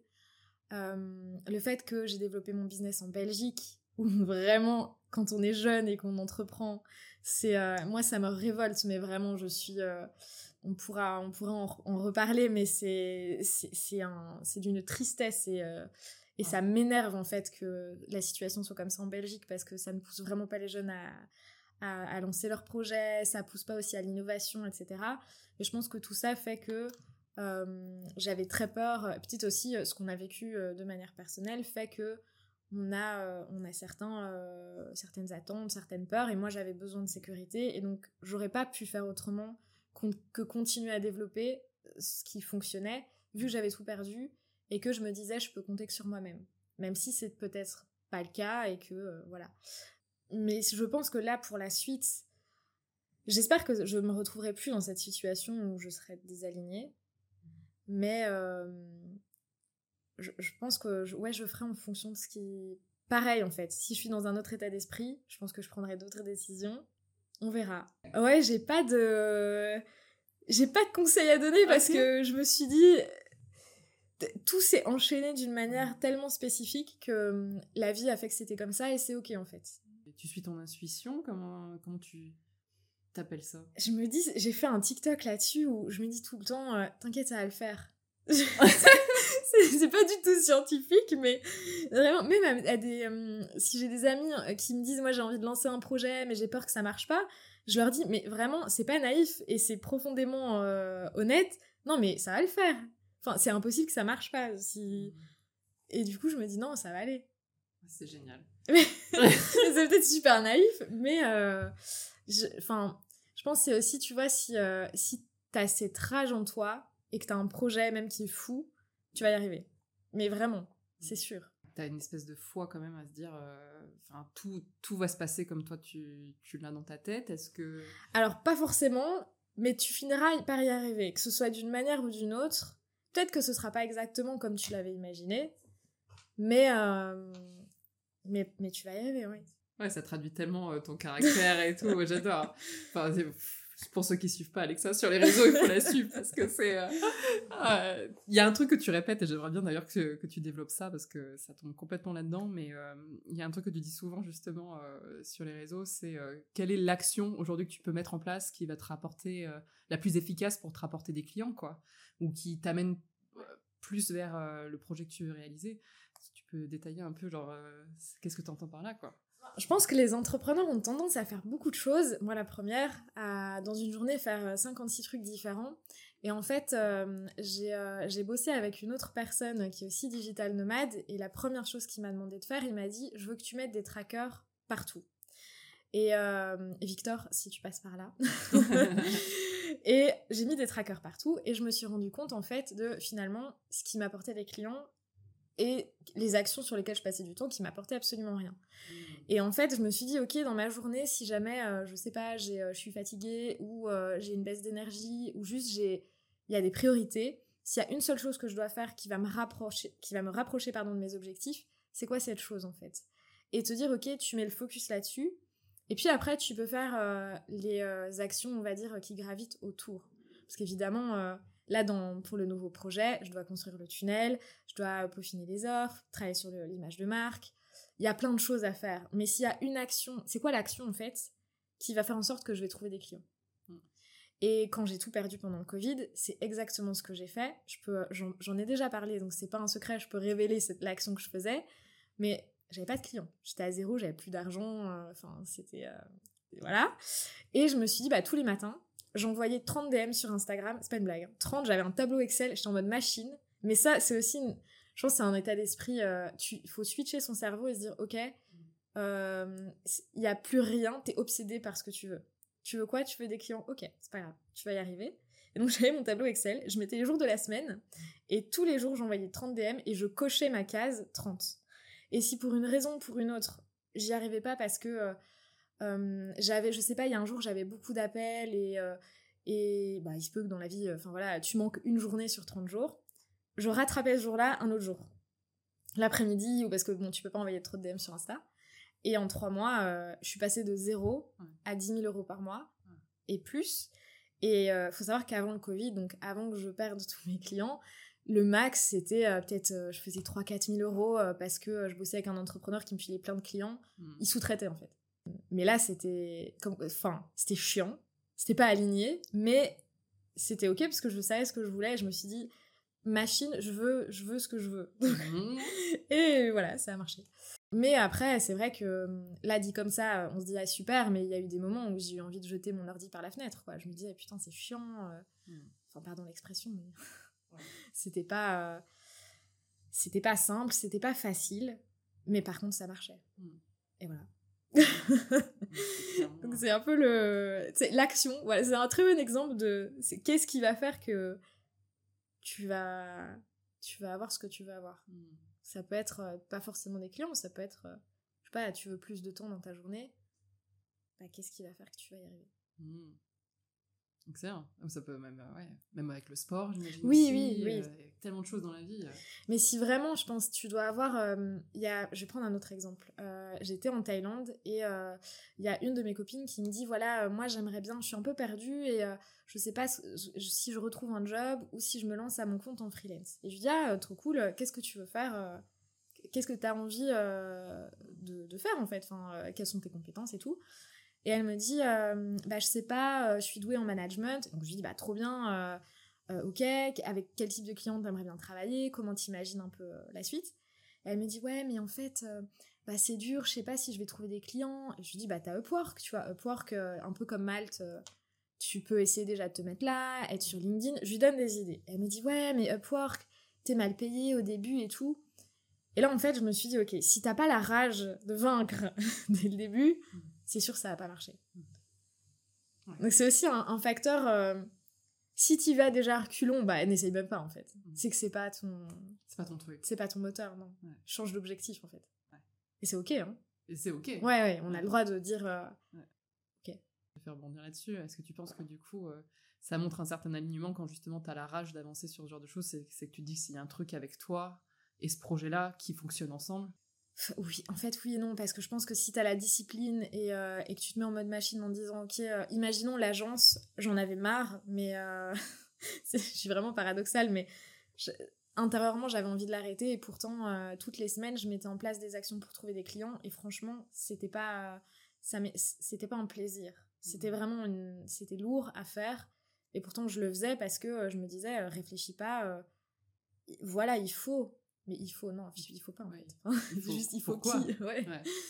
Speaker 1: Le fait que j'ai développé mon business en Belgique, où vraiment, quand on est jeune et qu'on entreprend, moi ça me révolte, mais vraiment je suis... on pourra en reparler, mais c'est d'une tristesse et ça m'énerve en fait que la situation soit comme ça en Belgique, parce que ça ne pousse vraiment pas les jeunes à lancer leurs projets, ça pousse pas aussi à l'innovation, etc. Et je pense que tout ça fait que j'avais très peur. Peut-être aussi ce qu'on a vécu de manière personnelle fait que on a certaines attentes, certaines peurs, et moi j'avais besoin de sécurité, et donc j'aurais pas pu faire autrement que continuer à développer ce qui fonctionnait, vu que j'avais tout perdu et que je me disais je peux compter que sur moi-même, même si c'est peut-être pas le cas et que voilà. Mais je pense que là, pour la suite, j'espère que je me retrouverai plus dans cette situation où je serai désalignée, mais je pense que je ferai en fonction de ce qui... Pareil en fait, si je suis dans un autre état d'esprit, je pense que je prendrai d'autres décisions. On verra. Ouais, j'ai pas de conseils à donner parce que je me suis dit... tout s'est enchaîné d'une manière tellement spécifique que la vie a fait que c'était comme ça et c'est ok en fait.
Speaker 2: Et tu suis ton intuition, comment tu t'appelles ça?
Speaker 1: Je me dis, j'ai fait un TikTok là-dessus où je me dis tout le temps, t'inquiète, ça va le faire. C'est pas du tout scientifique, mais vraiment, même à si j'ai des amis qui me disent, moi j'ai envie de lancer un projet, mais j'ai peur que ça marche pas, je leur dis, mais vraiment, c'est pas naïf et c'est profondément honnête. Non, mais ça va le faire. Enfin, c'est impossible que ça marche pas. Et du coup, je me dis, non, ça va aller.
Speaker 2: C'est génial.
Speaker 1: C'est peut-être super naïf, mais je pense que c'est aussi, tu vois, si t'as cette rage en toi et que t'as un projet même qui est fou, tu vas y arriver. Mais vraiment, c'est sûr.
Speaker 2: T'as une espèce de foi quand même à se dire, tout va se passer comme toi tu l'as dans ta tête. Est-ce que...
Speaker 1: Alors, pas forcément, mais tu finiras par y arriver, que ce soit d'une manière ou d'une autre. Peut-être que ce sera pas exactement comme tu l'avais imaginé, mais tu vas y arriver, oui.
Speaker 2: Ouais, ça traduit tellement ton caractère et tout, ouais, j'adore. Enfin, pour ceux qui suivent pas Alexa sur les réseaux, il faut la suivre parce que c'est... Il y a un truc que tu répètes et j'aimerais bien d'ailleurs que tu développes ça parce que ça tombe complètement là-dedans, mais il y a un truc que tu dis souvent justement sur les réseaux, c'est quelle est l'action aujourd'hui que tu peux mettre en place qui va te rapporter la plus efficace pour te rapporter des clients, quoi, ou qui t'amène plus vers le projet que tu veux réaliser. Si tu peux détailler un peu, genre, qu'est-ce que tu entends par là, quoi?
Speaker 1: Je pense que les entrepreneurs ont tendance à faire beaucoup de choses. Moi, la première, à, dans une journée, faire 56 trucs différents. Et en fait, j'ai bossé avec une autre personne qui est aussi digital nomade. Et la première chose qu'il m'a demandé de faire, il m'a dit « Je veux que tu mettes des trackers partout. » Et Victor, si tu passes par là. Et j'ai mis des trackers partout. Et je me suis rendu compte, en fait, de finalement, ce qui m'apportait des clients et les actions sur lesquelles je passais du temps qui m'apportaient absolument rien. Et en fait, je me suis dit, ok, dans ma journée, si jamais, je sais pas, je suis fatiguée ou j'ai une baisse d'énergie ou juste il y a des priorités, s'il y a une seule chose que je dois faire qui va me rapprocher de mes objectifs, c'est quoi cette chose en fait? Et te dire, ok, tu mets le focus là-dessus. Et puis après, tu peux faire les actions, on va dire, qui gravitent autour. Parce qu'évidemment, là, pour le nouveau projet, je dois construire le tunnel, je dois peaufiner les offres, travailler sur l'image de marque. Il y a plein de choses à faire. Mais s'il y a une action, c'est quoi l'action en fait qui va faire en sorte que je vais trouver des clients? Et quand j'ai tout perdu pendant le Covid, c'est exactement ce que j'ai fait. J'en ai déjà parlé, donc c'est pas un secret, je peux révéler l'action que je faisais. Mais j'avais pas de clients. J'étais à zéro, j'avais plus d'argent. C'était... voilà. Et je me suis dit, tous les matins, j'envoyais 30 DM sur Instagram. C'est pas une blague. 30, j'avais un tableau Excel, j'étais en mode machine. Mais ça, c'est aussi je pense que c'est un état d'esprit, il faut switcher son cerveau et se dire, ok, il n'y a plus rien, t'es obsédé par ce que tu veux. Tu veux quoi? Tu veux des clients? Ok, c'est pas grave, tu vas y arriver. Et donc j'avais mon tableau Excel, je mettais les jours de la semaine, et tous les jours j'envoyais 30 DM et je cochais ma case 30. Et si pour une raison ou pour une autre, j'y arrivais pas parce que j'avais, je sais pas, il y a un jour j'avais beaucoup d'appels et il se peut que dans la vie, tu manques une journée sur 30 jours, je rattrapais ce jour-là un autre jour. L'après-midi, ou parce que tu peux pas envoyer trop de DM sur Insta. Et en 3 mois, je suis passée de 0 à 10 000 euros par mois et plus. Et faut savoir qu'avant le Covid, donc avant que je perde tous mes clients, le max c'était peut-être, je faisais 3-4 000 euros parce que je bossais avec un entrepreneur qui me filait plein de clients. Il sous-traitait en fait. Mais là, c'était chiant. C'était pas aligné, mais c'était ok parce que je savais ce que je voulais et je me suis dit, machine, je veux ce que je veux. Et voilà, ça a marché. Mais après, c'est vrai que là, dit comme ça, on se dit ah super, mais il y a eu des moments où j'ai eu envie de jeter mon ordi par la fenêtre, quoi. Je me disais putain, c'est chiant. Enfin, pardon l'expression, mais c'était pas simple, c'était pas facile, mais par contre, ça marchait. Et voilà. Donc c'est un peu l'action. Voilà, c'est un très bon exemple de qu'est-ce qui va faire que tu vas avoir ce que tu veux avoir. Ça peut être pas forcément des clients, ça peut être, je sais pas, tu veux plus de temps dans ta journée, qu'est-ce qui va faire que tu vas y arriver?
Speaker 2: Excellent. Ça peut même, même avec le sport, j'imagine.
Speaker 1: Oui.
Speaker 2: Tellement de choses dans la vie.
Speaker 1: Mais si vraiment, je pense, tu dois avoir... je vais prendre un autre exemple. J'étais en Thaïlande et il y a une de mes copines qui me dit, voilà, moi j'aimerais bien, je suis un peu perdue et je sais pas si je retrouve un job ou si je me lance à mon compte en freelance. Et je lui dis, trop cool, qu'est-ce que tu veux faire qu'est-ce que tu as envie de faire en fait, quelles sont tes compétences et tout. Et elle me dit, je sais pas, je suis douée en management. Donc je lui dis, trop bien, ok, avec quel type de client t'aimerais bien travailler, comment t'imagines un peu la suite. Et elle me dit, ouais, mais en fait, c'est dur, je sais pas si je vais trouver des clients. Et je lui dis, t'as Upwork, tu vois, Upwork, un peu comme Malte, tu peux essayer déjà de te mettre là, être sur LinkedIn. Je lui donne des idées. Et elle me dit, ouais, mais Upwork, t'es mal payé au début et tout. Et là, en fait, je me suis dit, ok, si t'as pas la rage de vaincre dès le début, c'est sûr que ça va pas marcher. Ouais. Donc c'est aussi un facteur... si t'y vas déjà à reculons, n'essaye même pas, en fait. C'est que c'est pas ton...
Speaker 2: C'est pas ton truc.
Speaker 1: C'est pas ton moteur, non. Ouais. Change d'objectif, en fait. Ouais. Et c'est ok, hein.
Speaker 2: Et c'est ok.
Speaker 1: Ouais, on a le droit de dire...
Speaker 2: Ok. Je vais faire rebondir là-dessus. Est-ce que tu penses que, du coup, ça montre un certain alignement quand, justement, t'as la rage d'avancer sur ce genre de choses? C'est que tu te dis s'il y a un truc avec toi et ce projet-là qui fonctionne ensemble?
Speaker 1: Oui, en fait, oui et non, parce que je pense que si t'as la discipline et que tu te mets en mode machine en disant, ok, imaginons l'agence, j'en avais marre, mais je suis vraiment paradoxale, mais intérieurement, j'avais envie de l'arrêter et pourtant, toutes les semaines, je mettais en place des actions pour trouver des clients et franchement, c'était pas un plaisir. C'était vraiment c'était lourd à faire et pourtant, je le faisais parce que je me disais, réfléchis pas, voilà, il faut... Mais il faut pas en fait. Il faut
Speaker 2: quoi
Speaker 1: qui ouais.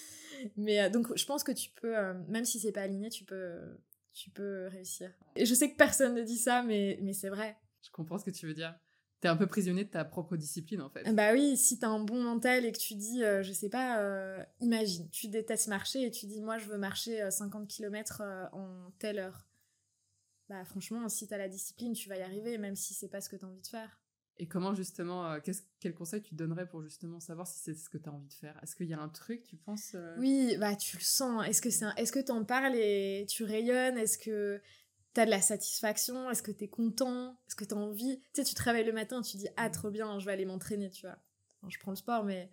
Speaker 1: Mais donc je pense que tu peux, même si c'est pas aligné, tu peux réussir. Et je sais que personne ne dit ça, mais c'est vrai.
Speaker 2: Je comprends ce que tu veux dire. T'es un peu prisonnier de ta propre discipline en fait.
Speaker 1: Bah oui, si t'as un bon mental et que tu dis, je sais pas, imagine, tu détestes marcher et tu dis, moi je veux marcher 50 km en telle heure. Bah franchement, si t'as la discipline, tu vas y arriver, même si c'est pas ce que t'as envie de faire.
Speaker 2: Et comment justement, quel conseil tu donnerais pour justement savoir si c'est ce que tu as envie de faire? Est-ce qu'il y a un truc, tu penses
Speaker 1: Oui, tu le sens. Est-ce que t'en parles et tu rayonnes? Est-ce que t'as de la satisfaction? Est-ce que t'es content? Est-ce que t'as envie? Tu sais, tu travailles le matin, tu dis, ah, trop bien, je vais aller m'entraîner, tu vois. Enfin, je prends le sport, mais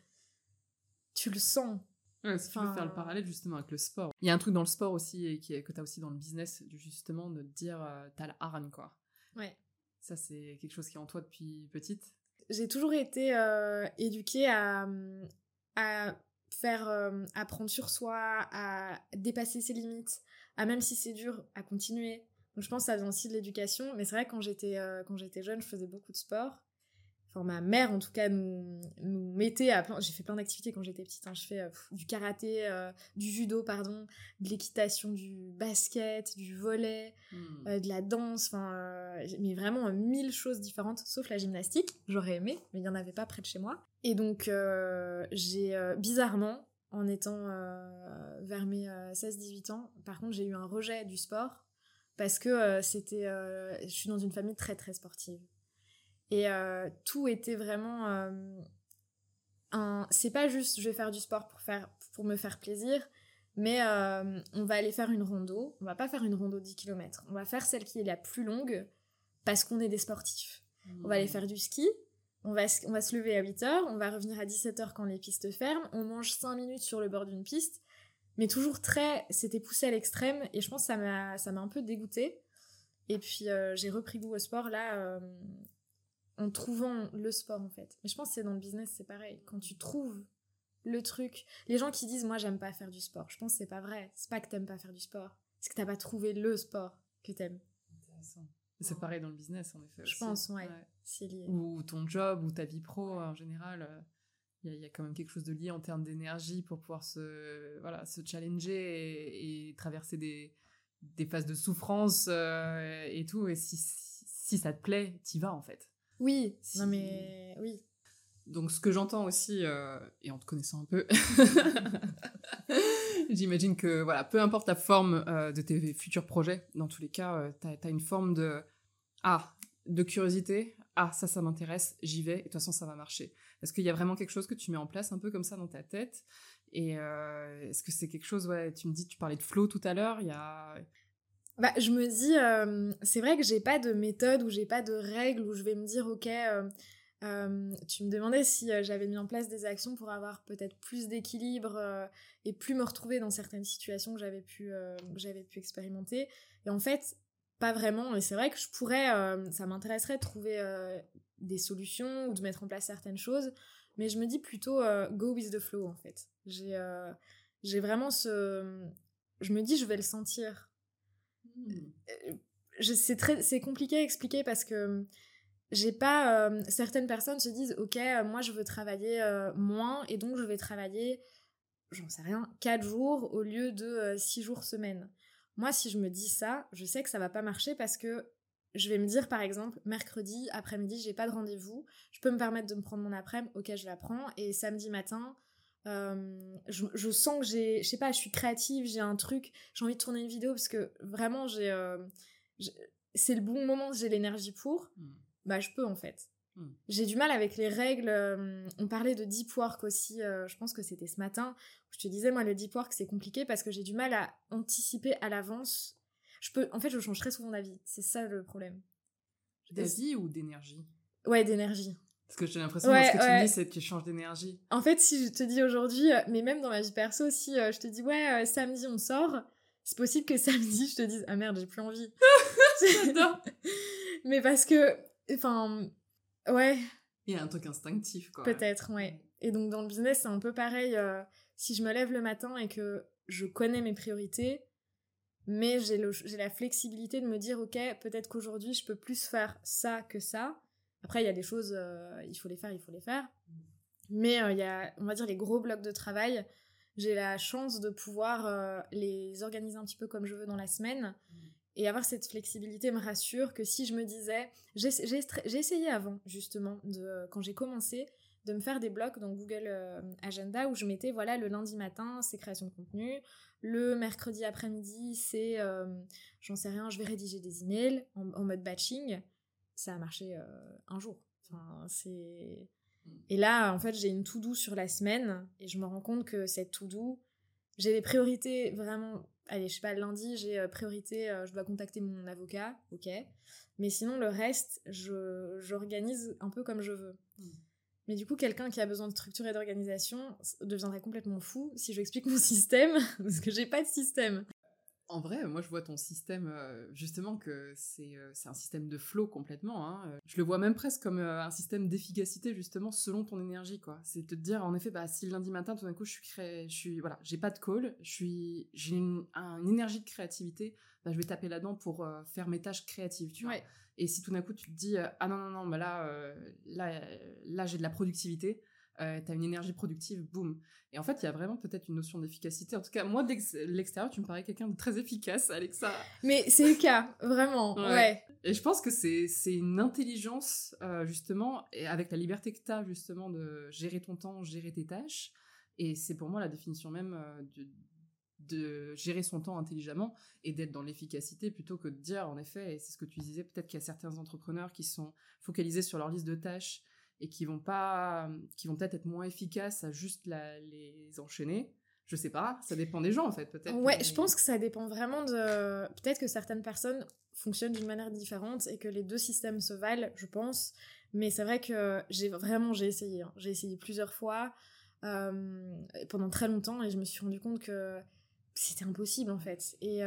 Speaker 1: tu le sens.
Speaker 2: Ouais, si tu veux faire le parallèle justement avec le sport. Il y a un truc dans le sport aussi, et que t'as aussi dans le business, justement, de te dire, t'as la hargne, quoi.
Speaker 1: Ouais.
Speaker 2: Ça, c'est quelque chose qui est en toi depuis petite.
Speaker 1: J'ai toujours été éduquée à faire, à prendre sur soi, à dépasser ses limites, à même si c'est dur, à continuer. Donc je pense que ça vient aussi de l'éducation. Mais c'est vrai que quand j'étais jeune, je faisais beaucoup de sport. Enfin, ma mère, en tout cas, nous mettait à plein... J'ai fait plein d'activités quand j'étais petite. Hein. Je fais du karaté, du judo, pardon, de l'équitation, du basket, du volley, de la danse. Mais vraiment 1000 choses différentes, sauf la gymnastique. J'aurais aimé, mais il n'y en avait pas près de chez moi. Et donc, j'ai bizarrement, en étant vers mes 16-18 ans, par contre, j'ai eu un rejet du sport parce que je suis dans une famille très, très sportive. Et tout était vraiment c'est pas juste je vais faire du sport pour me faire plaisir, mais on va aller faire une rando. On va pas faire une rando 10 km, on va faire celle qui est la plus longue parce qu'on est des sportifs. On va aller faire du ski, on va se lever à 8h, on va revenir à 17h quand les pistes ferment, on mange 5 minutes sur le bord d'une piste, mais toujours c'était poussé à l'extrême et je pense que ça m'a un peu dégoûtée. Et puis j'ai repris goût au sport là en trouvant le sport en fait. Mais je pense que c'est dans le business, c'est pareil. Quand tu trouves le truc, les gens qui disent moi j'aime pas faire du sport, je pense que c'est pas vrai. C'est pas que t'aimes pas faire du sport, c'est que t'as pas trouvé le sport que t'aimes.
Speaker 2: Intéressant. C'est pareil dans le business en effet.
Speaker 1: Je pense, ouais. C'est lié.
Speaker 2: Ou ton job, ou ta vie pro en général. Il y a quand même quelque chose de lié en termes d'énergie pour pouvoir se challenger et traverser des phases de souffrance et tout. Et si ça te plaît, t'y vas en fait.
Speaker 1: Oui, non mais oui.
Speaker 2: Donc ce que j'entends aussi, et en te connaissant un peu, j'imagine que voilà, peu importe la forme de tes futurs projets, dans tous les cas, t'as une forme de curiosité. Ah, ça m'intéresse, j'y vais, et de toute façon ça va marcher. Est-ce qu'il y a vraiment quelque chose que tu mets en place un peu comme ça dans ta tête? Et est-ce que c'est quelque chose, tu me dis, tu parlais de flow tout à l'heure, il y a...
Speaker 1: Bah, je me dis, c'est vrai que j'ai pas de méthode ou j'ai pas de règles où je vais me dire, ok, tu me demandais si j'avais mis en place des actions pour avoir peut-être plus d'équilibre et plus me retrouver dans certaines situations que j'avais pu expérimenter. Et en fait, pas vraiment. Et c'est vrai que ça m'intéresserait de trouver des solutions ou de mettre en place certaines choses. Mais je me dis plutôt go with the flow, en fait. J'ai vraiment je me dis, je vais le sentir. C'est compliqué à expliquer parce que j'ai pas certaines personnes se disent ok, moi je veux travailler moins et donc je vais travailler, j'en sais rien, 4 jours au lieu de 6 jours semaine. Moi, si je me dis ça, je sais que ça va pas marcher parce que je vais me dire, par exemple, mercredi après-midi j'ai pas de rendez-vous, je peux me permettre de me prendre mon après-midi, ok, je la prends, et samedi matin je sens que je sais pas, je suis créative, j'ai un truc, j'ai envie de tourner une vidéo parce que vraiment j'ai- c'est le bon moment, j'ai l'énergie pour, bah je peux en fait. J'ai du mal avec les règles, on parlait de deep work aussi, je pense que c'était ce matin, où je te disais, moi le deep work c'est compliqué parce que j'ai du mal à anticiper à l'avance. En fait je change très souvent d'avis, c'est ça le problème.
Speaker 2: D'avis ou d'énergie?
Speaker 1: Ouais, d'énergie.
Speaker 2: Parce que j'ai l'impression que ce que tu me dis, c'est que tu changes d'énergie.
Speaker 1: En fait, si je te dis aujourd'hui, mais même dans ma vie perso, si je te dis ouais, samedi on sort, c'est possible que samedi je te dise ah merde, j'ai plus envie.
Speaker 2: J'adore.
Speaker 1: Mais parce que, enfin, ouais.
Speaker 2: Il y a un truc instinctif, quoi.
Speaker 1: Peut-être, ouais. Et donc dans le business, c'est un peu pareil. Si je me lève le matin et que je connais mes priorités, mais j'ai la flexibilité de me dire ok, peut-être qu'aujourd'hui je peux plus faire ça que ça. Après, il y a des choses, il faut les faire. Mais il y a, on va dire, les gros blocs de travail. J'ai la chance de pouvoir les organiser un petit peu comme je veux dans la semaine. Et avoir cette flexibilité me rassure que si je me disais... J'ai essayé avant, justement, quand j'ai commencé, de me faire des blocs dans Google Agenda où je mettais, voilà, le lundi matin, c'est création de contenu. Le mercredi après-midi, c'est, j'en sais rien, je vais rédiger des emails en mode batching. Ça a marché un jour. Enfin, c'est... Et là, en fait, j'ai une to-do sur la semaine et je me rends compte que cette to-do, j'ai des priorités vraiment... Allez, je sais pas, lundi, j'ai priorité, je dois contacter mon avocat, ok. Mais sinon, le reste, j'organise un peu comme je veux. Mais du coup, quelqu'un qui a besoin de structure et d'organisation deviendrait complètement fou si je lui explique mon système, parce que j'ai pas de système.
Speaker 2: En vrai, moi je vois ton système, justement, que c'est un système de flow complètement. Hein. Je le vois même presque comme un système d'efficacité, justement, selon ton énergie, quoi. C'est de te dire, en effet, bah, si le lundi matin, tout d'un coup, voilà, j'ai pas de call, j'ai une énergie de créativité, bah, je vais taper là-dedans pour faire mes tâches créatives, tu vois.
Speaker 1: Ouais.
Speaker 2: Et si tout d'un coup, tu te dis, ah non, bah là j'ai de la productivité, t'as une énergie productive, boum. Et en fait, il y a vraiment peut-être une notion d'efficacité. En tout cas, moi, de l'extérieur, tu me parais quelqu'un de très efficace, Alexa.
Speaker 1: Mais c'est le cas, vraiment, ouais.
Speaker 2: Et je pense que c'est une intelligence, justement, et avec la liberté que t'as, justement, de gérer ton temps, gérer tes tâches. Et c'est pour moi la définition même de gérer son temps intelligemment et d'être dans l'efficacité plutôt que de dire, en effet, et c'est ce que tu disais, peut-être qu'il y a certains entrepreneurs qui sont focalisés sur leur liste de tâches et qui vont peut-être être moins efficaces à juste les enchaîner. Je sais pas, ça dépend des gens en fait, peut-être.
Speaker 1: Ouais, je pense que ça dépend vraiment de... Peut-être que certaines personnes fonctionnent d'une manière différente et que les deux systèmes se valent, je pense. Mais c'est vrai que j'ai essayé. Hein. J'ai essayé plusieurs fois, pendant très longtemps, et je me suis rendu compte que c'était impossible en fait. Et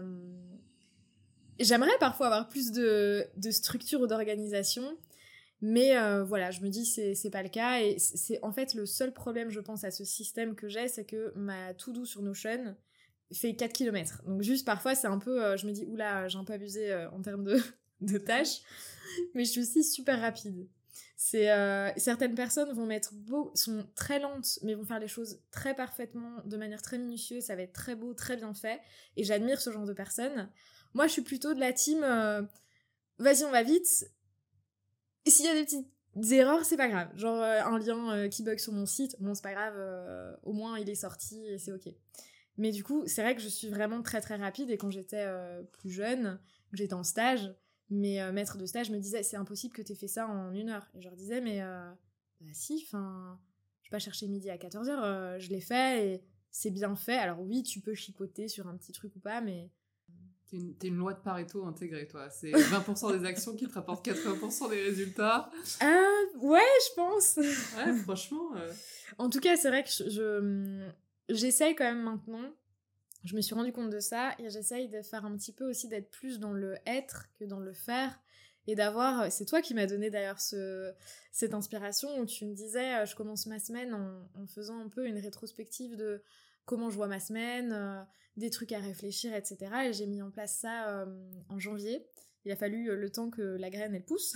Speaker 1: j'aimerais parfois avoir plus de structure ou d'organisation. Mais voilà, je me dis c'est pas le cas, et c'est en fait le seul problème je pense à ce système que j'ai, c'est que ma to-do sur Notion fait 4 km. Donc juste parfois c'est un peu, je me dis oula, j'ai un peu abusé en termes de tâches, mais je suis aussi super rapide. Certaines personnes sont très lentes, mais vont faire les choses très parfaitement, de manière très minutieuse, ça va être très beau, très bien fait, et j'admire ce genre de personnes. Moi je suis plutôt de la team, vas-y on va vite. Et s'il y a des petites erreurs, c'est pas grave. Genre un lien qui bug sur mon site, bon c'est pas grave, au moins il est sorti et c'est ok. Mais du coup, c'est vrai que je suis vraiment très très rapide, et quand j'étais plus jeune, j'étais en stage, mes maîtres de stage me disaient c'est impossible que t'aies fait ça en 1 heure. Et je leur disais mais bah si, enfin, je vais pas chercher midi à 14h, je l'ai fait et c'est bien fait. Alors oui, tu peux chipoter sur un petit truc ou pas, mais
Speaker 2: T'es une loi de Pareto intégrée, toi. C'est 20% des actions qui te rapportent 80% des résultats.
Speaker 1: Ouais, je pense.
Speaker 2: Ouais, franchement.
Speaker 1: En tout cas, c'est vrai que j'essaye quand même maintenant. Je me suis rendu compte de ça et j'essaye de faire un petit peu aussi d'être plus dans le être que dans le faire. Et d'avoir, c'est toi qui m'as donné d'ailleurs cette inspiration où tu me disais, je commence ma semaine en faisant un peu une rétrospective de comment je vois ma semaine, des trucs à réfléchir, etc. Et j'ai mis en place ça en janvier. Il a fallu le temps que la graine elle pousse.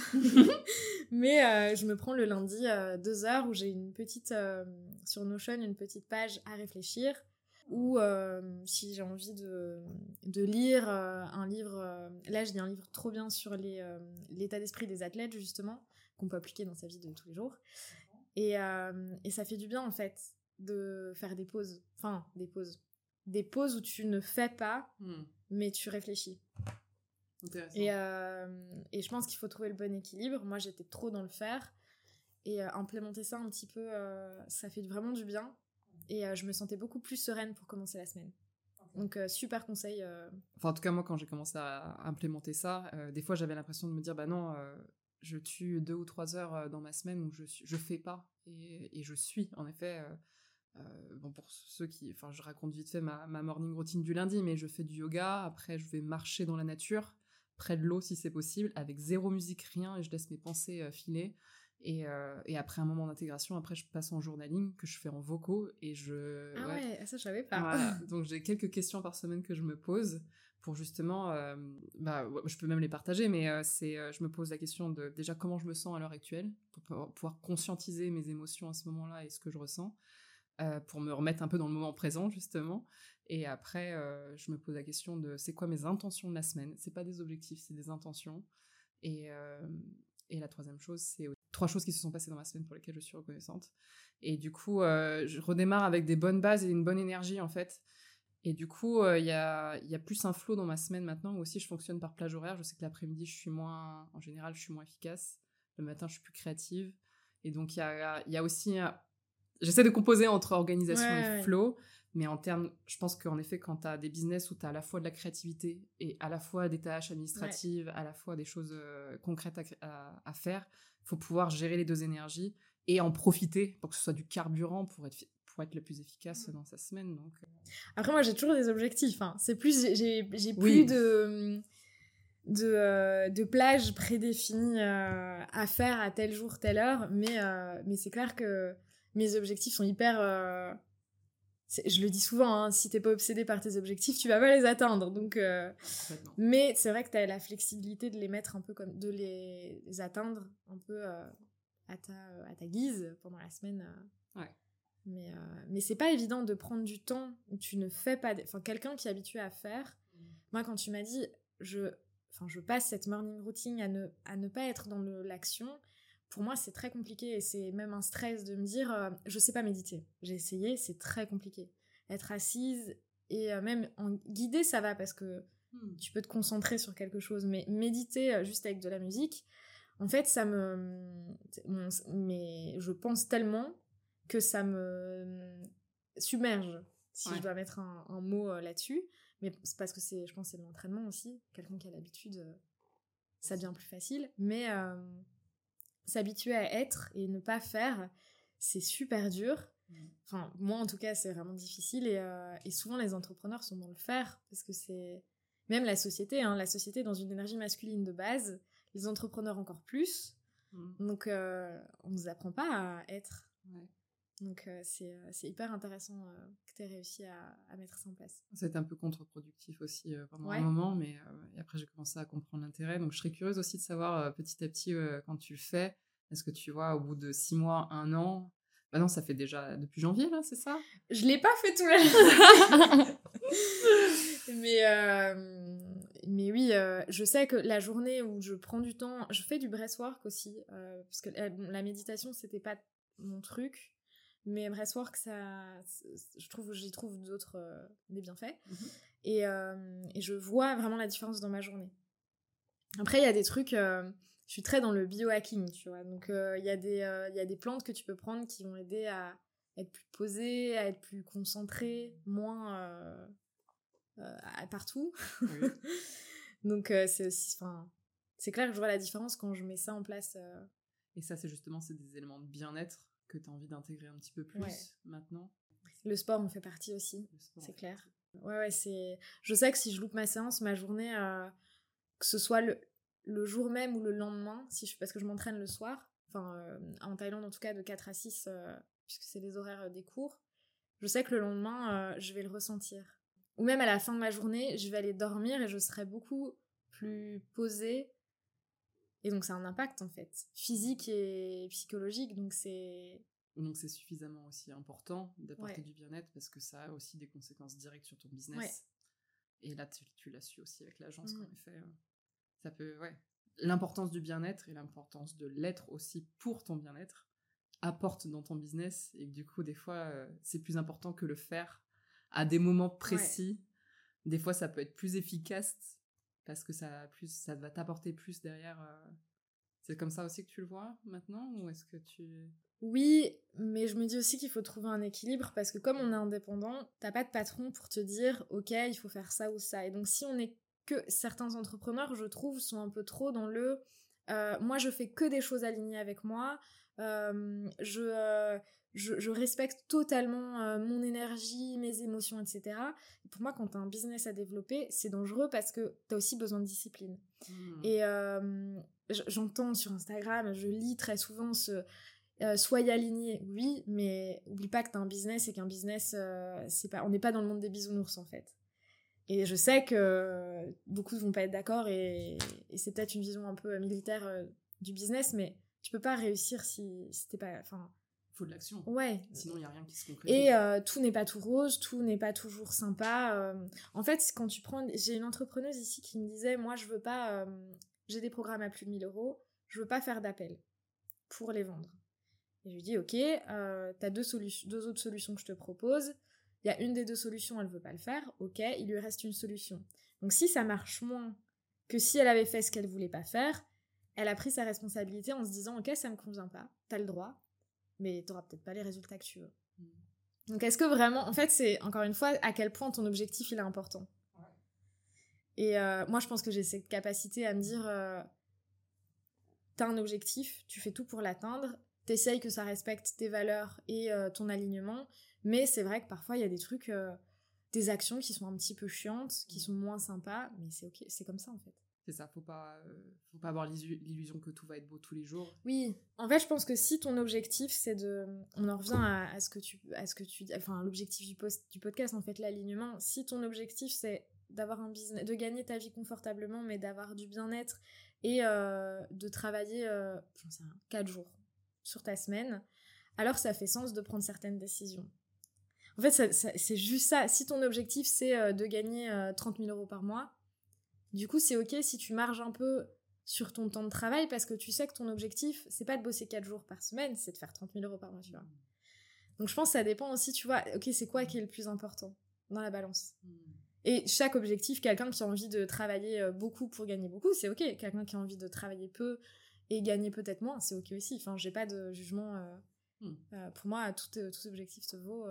Speaker 1: Mais je me prends le lundi 2 heures où j'ai une petite, sur Notion, une petite page à réfléchir. Ou si j'ai envie de lire un livre, là je lis un livre trop bien sur l'état d'esprit des athlètes justement, qu'on peut appliquer dans sa vie de tous les jours. Et ça fait du bien en fait de faire des pauses, des pauses où tu ne fais pas, mais tu réfléchis.
Speaker 2: Intéressant.
Speaker 1: Et je pense qu'il faut trouver le bon équilibre. Moi j'étais trop dans le faire, et implémenter ça un petit peu, ça fait vraiment du bien. Et je me sentais beaucoup plus sereine pour commencer la semaine. Donc, super conseil.
Speaker 2: Enfin, en tout cas, moi, quand j'ai commencé à implémenter ça, des fois, j'avais l'impression de me dire, bah non, je tue 2 ou 3 heures dans ma semaine où je fais pas. Et je suis, en effet... bon, pour ceux qui... Enfin, je raconte vite fait ma morning routine du lundi, mais je fais du yoga. Après, je vais marcher dans la nature, près de l'eau, si c'est possible, avec zéro musique, rien, et je laisse mes pensées filer. Et après un moment d'intégration, après je passe en journaling que je fais en vocaux et
Speaker 1: Ah ouais, ça je savais pas.
Speaker 2: Voilà. Donc j'ai quelques questions par semaine que je me pose pour justement, je peux même les partager, mais je me pose la question de déjà comment je me sens à l'heure actuelle pour pouvoir conscientiser mes émotions à ce moment-là et ce que je ressens, pour me remettre un peu dans le moment présent justement. Et après je me pose la question de c'est quoi mes intentions de la semaine. C'est pas des objectifs, c'est des intentions. Et la troisième chose, c'est 3 choses qui se sont passées dans ma semaine pour lesquelles je suis reconnaissante. Et du coup, je redémarre avec des bonnes bases et une bonne énergie, en fait. Et du coup, il y a plus un flow dans ma semaine maintenant, où aussi je fonctionne par plage horaire. Je sais que l'après-midi, en général, je suis moins efficace. Le matin, je suis plus créative. Et donc, il y a aussi... J'essaie de composer entre organisation et flow, mais en termes, je pense qu'en effet, quand tu as des business où tu as à la fois de la créativité et à la fois des tâches administratives, à la fois des choses concrètes à faire, il faut pouvoir gérer les deux énergies et en profiter pour que ce soit du carburant pour être le plus efficace dans sa semaine. Donc,
Speaker 1: Après, moi, j'ai toujours des objectifs. Hein. C'est plus, j'ai plus de plage prédéfinie à faire à tel jour, telle heure, mais c'est clair que mes objectifs sont hyper... je le dis souvent, hein, si t'es pas obsédé par tes objectifs, tu vas pas les atteindre. Donc, mais c'est vrai que t'as la flexibilité de les mettre un peu comme... de les atteindre un peu à ta guise pendant la semaine.
Speaker 2: Ouais.
Speaker 1: Mais c'est pas évident de prendre du temps où tu ne fais pas... Enfin, quelqu'un qui est habitué à faire... Moi, quand tu m'as dit... je passe cette morning routine à ne pas être dans l'action. Pour moi, c'est très compliqué et c'est même un stress de me dire je sais pas méditer. J'ai essayé, c'est très compliqué. Être assise et même en guidée, ça va parce que tu peux te concentrer sur quelque chose, mais méditer juste avec de la musique, en fait, mais je pense tellement que ça me submerge, si je dois mettre un mot là-dessus. Mais c'est parce que je pense que c'est de l'entraînement aussi. Quelqu'un qui a l'habitude, ça devient plus facile. Mais s'habituer à être et ne pas faire, c'est super dur. Enfin, moi, en tout cas, c'est vraiment difficile. Et souvent, les entrepreneurs sont dans le faire. Parce que c'est... Même la société est dans une énergie masculine de base. Les entrepreneurs encore plus. Donc, on ne nous apprend pas à être. Ouais. Donc c'est hyper intéressant que tu aies réussi à mettre ça en place.
Speaker 2: Ça a été un peu contre-productif aussi pendant un moment, mais après j'ai commencé à comprendre l'intérêt. Donc je serais curieuse aussi de savoir petit à petit quand tu le fais, est-ce que tu vois au bout de 6 mois, 1 an, bah non ça fait déjà depuis janvier là, c'est ça?
Speaker 1: Je l'ai pas fait tout l'année. Mais oui, je sais que la journée où je prends du temps, je fais du breathwork aussi, parce que la méditation c'était pas mon truc. Mais breathwork, j'y trouve d'autres des bienfaits. Et je vois vraiment la différence dans ma journée. Après, il y a des trucs... je suis très dans le biohacking, tu vois. Donc, il y a des plantes que tu peux prendre qui vont aider à être plus posée, à être plus concentrée, moins partout.
Speaker 2: Oui.
Speaker 1: Donc c'est aussi, c'est clair que je vois la différence quand je mets ça en place.
Speaker 2: Et ça, c'est des éléments de bien-être que tu as envie d'intégrer un petit peu plus maintenant.
Speaker 1: Le sport en fait partie aussi, c'est clair.
Speaker 2: Partie.
Speaker 1: Ouais, je sais que si je loupe ma séance, ma journée, que ce soit le jour même ou le lendemain, parce que je m'entraîne le soir, en Thaïlande en tout cas de 4 à 6, puisque c'est les horaires des cours, je sais que le lendemain, je vais le ressentir. Ou même à la fin de ma journée, je vais aller dormir et je serai beaucoup plus posée. Et donc, c'est un impact, en fait, physique et psychologique. Donc, c'est
Speaker 2: suffisamment aussi important d'apporter du bien-être parce que ça a aussi des conséquences directes sur ton business. Ouais. Et là, tu l'as su aussi avec l'agence, qu'en effet, ça peut... Ouais. L'importance du bien-être et l'importance de l'être aussi pour ton bien-être apporte dans ton business. Et du coup, des fois, c'est plus important que le faire à des moments précis. Ouais. Des fois, ça peut être plus efficace parce que ça va t'apporter plus derrière. C'est comme ça aussi que tu le vois maintenant, ou est-ce que tu...
Speaker 1: Oui, mais je me dis aussi qu'il faut trouver un équilibre parce que comme on est indépendant, t'as pas de patron pour te dire « Ok, il faut faire ça ou ça ». Et donc si on est que... Certains entrepreneurs, je trouve, sont un peu trop dans le « Moi, je fais que des choses alignées avec moi. Je respecte totalement mon énergie, mes émotions, etc. » Et pour moi, quand t'as un business à développer, c'est dangereux parce que t'as aussi besoin de discipline. Et j'entends sur Instagram, je lis très souvent soyez aligné, oui, mais oublie pas que t'as un business et qu'un business, on n'est pas dans le monde des bisounours en fait. Et je sais que beaucoup ne vont pas être d'accord et c'est peut-être une vision un peu militaire du business, mais tu peux pas réussir si t'es pas...
Speaker 2: Il faut de l'action.
Speaker 1: Ouais.
Speaker 2: Sinon, il n'y a rien qui se concrétise.
Speaker 1: Et tout n'est pas tout rose, tout n'est pas toujours sympa. En fait, quand tu prends... J'ai une entrepreneuse ici qui me disait, moi, je veux pas... j'ai des programmes à plus de 1000 €, je veux pas faire d'appel pour les vendre. Et je lui dis, ok, t'as deux autres solutions que je te propose. Il y a une des deux solutions, elle veut pas le faire. Ok, il lui reste une solution. Donc si ça marche moins que si elle avait fait ce qu'elle voulait pas faire, elle a pris sa responsabilité en se disant, ok, ça me convient pas, t'as le droit, mais t'auras peut-être pas les résultats que tu veux. Donc est-ce que vraiment... En fait, c'est encore une fois à quel point ton objectif, il est important. Ouais. Et moi, je pense que j'ai cette capacité à me dire, t'as un objectif, tu fais tout pour l'atteindre, t'essayes que ça respecte tes valeurs et ton alignement, mais c'est vrai que parfois il y a des trucs, des actions qui sont un petit peu chiantes, qui sont moins sympas, mais c'est ok, c'est comme ça en fait.
Speaker 2: C'est ça, faut pas avoir l'illusion que tout va être beau tous les jours.
Speaker 1: Oui, en fait je pense que si ton objectif c'est de... On en revient à ce que tu dis, enfin l'objectif du podcast en fait, l'alignement, si ton objectif c'est d'avoir un business, de gagner ta vie confortablement, mais d'avoir du bien-être et de travailler 4 jours sur ta semaine, alors ça fait sens de prendre certaines décisions. En fait, c'est juste ça. Si ton objectif, c'est de gagner 30 000 € par mois, du coup, c'est ok si tu marges un peu sur ton temps de travail parce que tu sais que ton objectif, c'est pas de bosser 4 jours par semaine, c'est de faire 30 000 € par mois, tu vois. Donc, je pense que ça dépend aussi, tu vois, ok, c'est quoi qui est le plus important dans la balance. Et chaque objectif, quelqu'un qui a envie de travailler beaucoup pour gagner beaucoup, c'est ok. Quelqu'un qui a envie de travailler peu et gagner peut-être moins, c'est ok aussi. Enfin, j'ai pas de jugement. Pour moi, tout objectif se vaut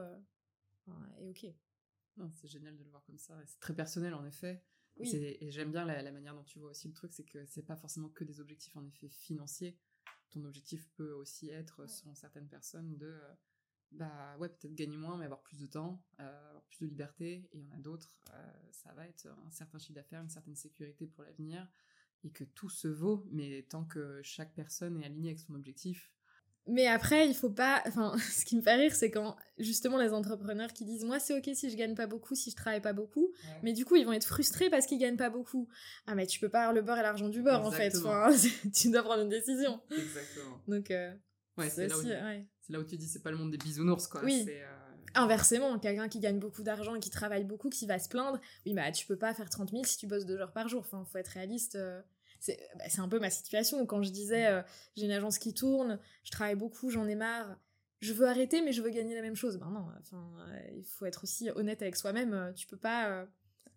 Speaker 1: et ok.
Speaker 2: Non, c'est génial de le voir comme ça. C'est très personnel, en effet.
Speaker 1: Oui.
Speaker 2: Et j'aime bien la manière dont tu vois aussi le truc, c'est que c'est pas forcément que des objectifs, en effet, financiers. Ton objectif peut aussi être, selon certaines personnes, de... peut-être gagner moins, mais avoir plus de temps, avoir plus de liberté. Et il y en a d'autres, ça va être un certain chiffre d'affaires, une certaine sécurité pour l'avenir, et que tout se vaut, mais tant que chaque personne est alignée avec son objectif.
Speaker 1: Mais après, il faut pas... Enfin, ce qui me fait rire, c'est quand, justement, les entrepreneurs qui disent « Moi, c'est ok si je gagne pas beaucoup, si je travaille pas beaucoup. Ouais. » Mais du coup, ils vont être frustrés parce qu'ils gagnent pas beaucoup. Ah, mais tu peux pas avoir le beurre et l'argent du beurre, exactement. En fait. Enfin, tu dois prendre une décision.
Speaker 2: Exactement.
Speaker 1: Donc,
Speaker 2: c'est là où tu dis c'est pas le monde des bisounours, quoi.
Speaker 1: Oui. Inversement, quelqu'un qui gagne beaucoup d'argent et qui travaille beaucoup, qui va se plaindre, oui, bah, tu peux pas faire 30 000 si tu bosses 2 heures par jour. Enfin, faut être réaliste. C'est un peu ma situation. Quand je disais, j'ai une agence qui tourne, je travaille beaucoup, j'en ai marre, je veux arrêter, mais je veux gagner la même chose. Ben non, il faut être aussi honnête avec soi-même. Tu peux pas...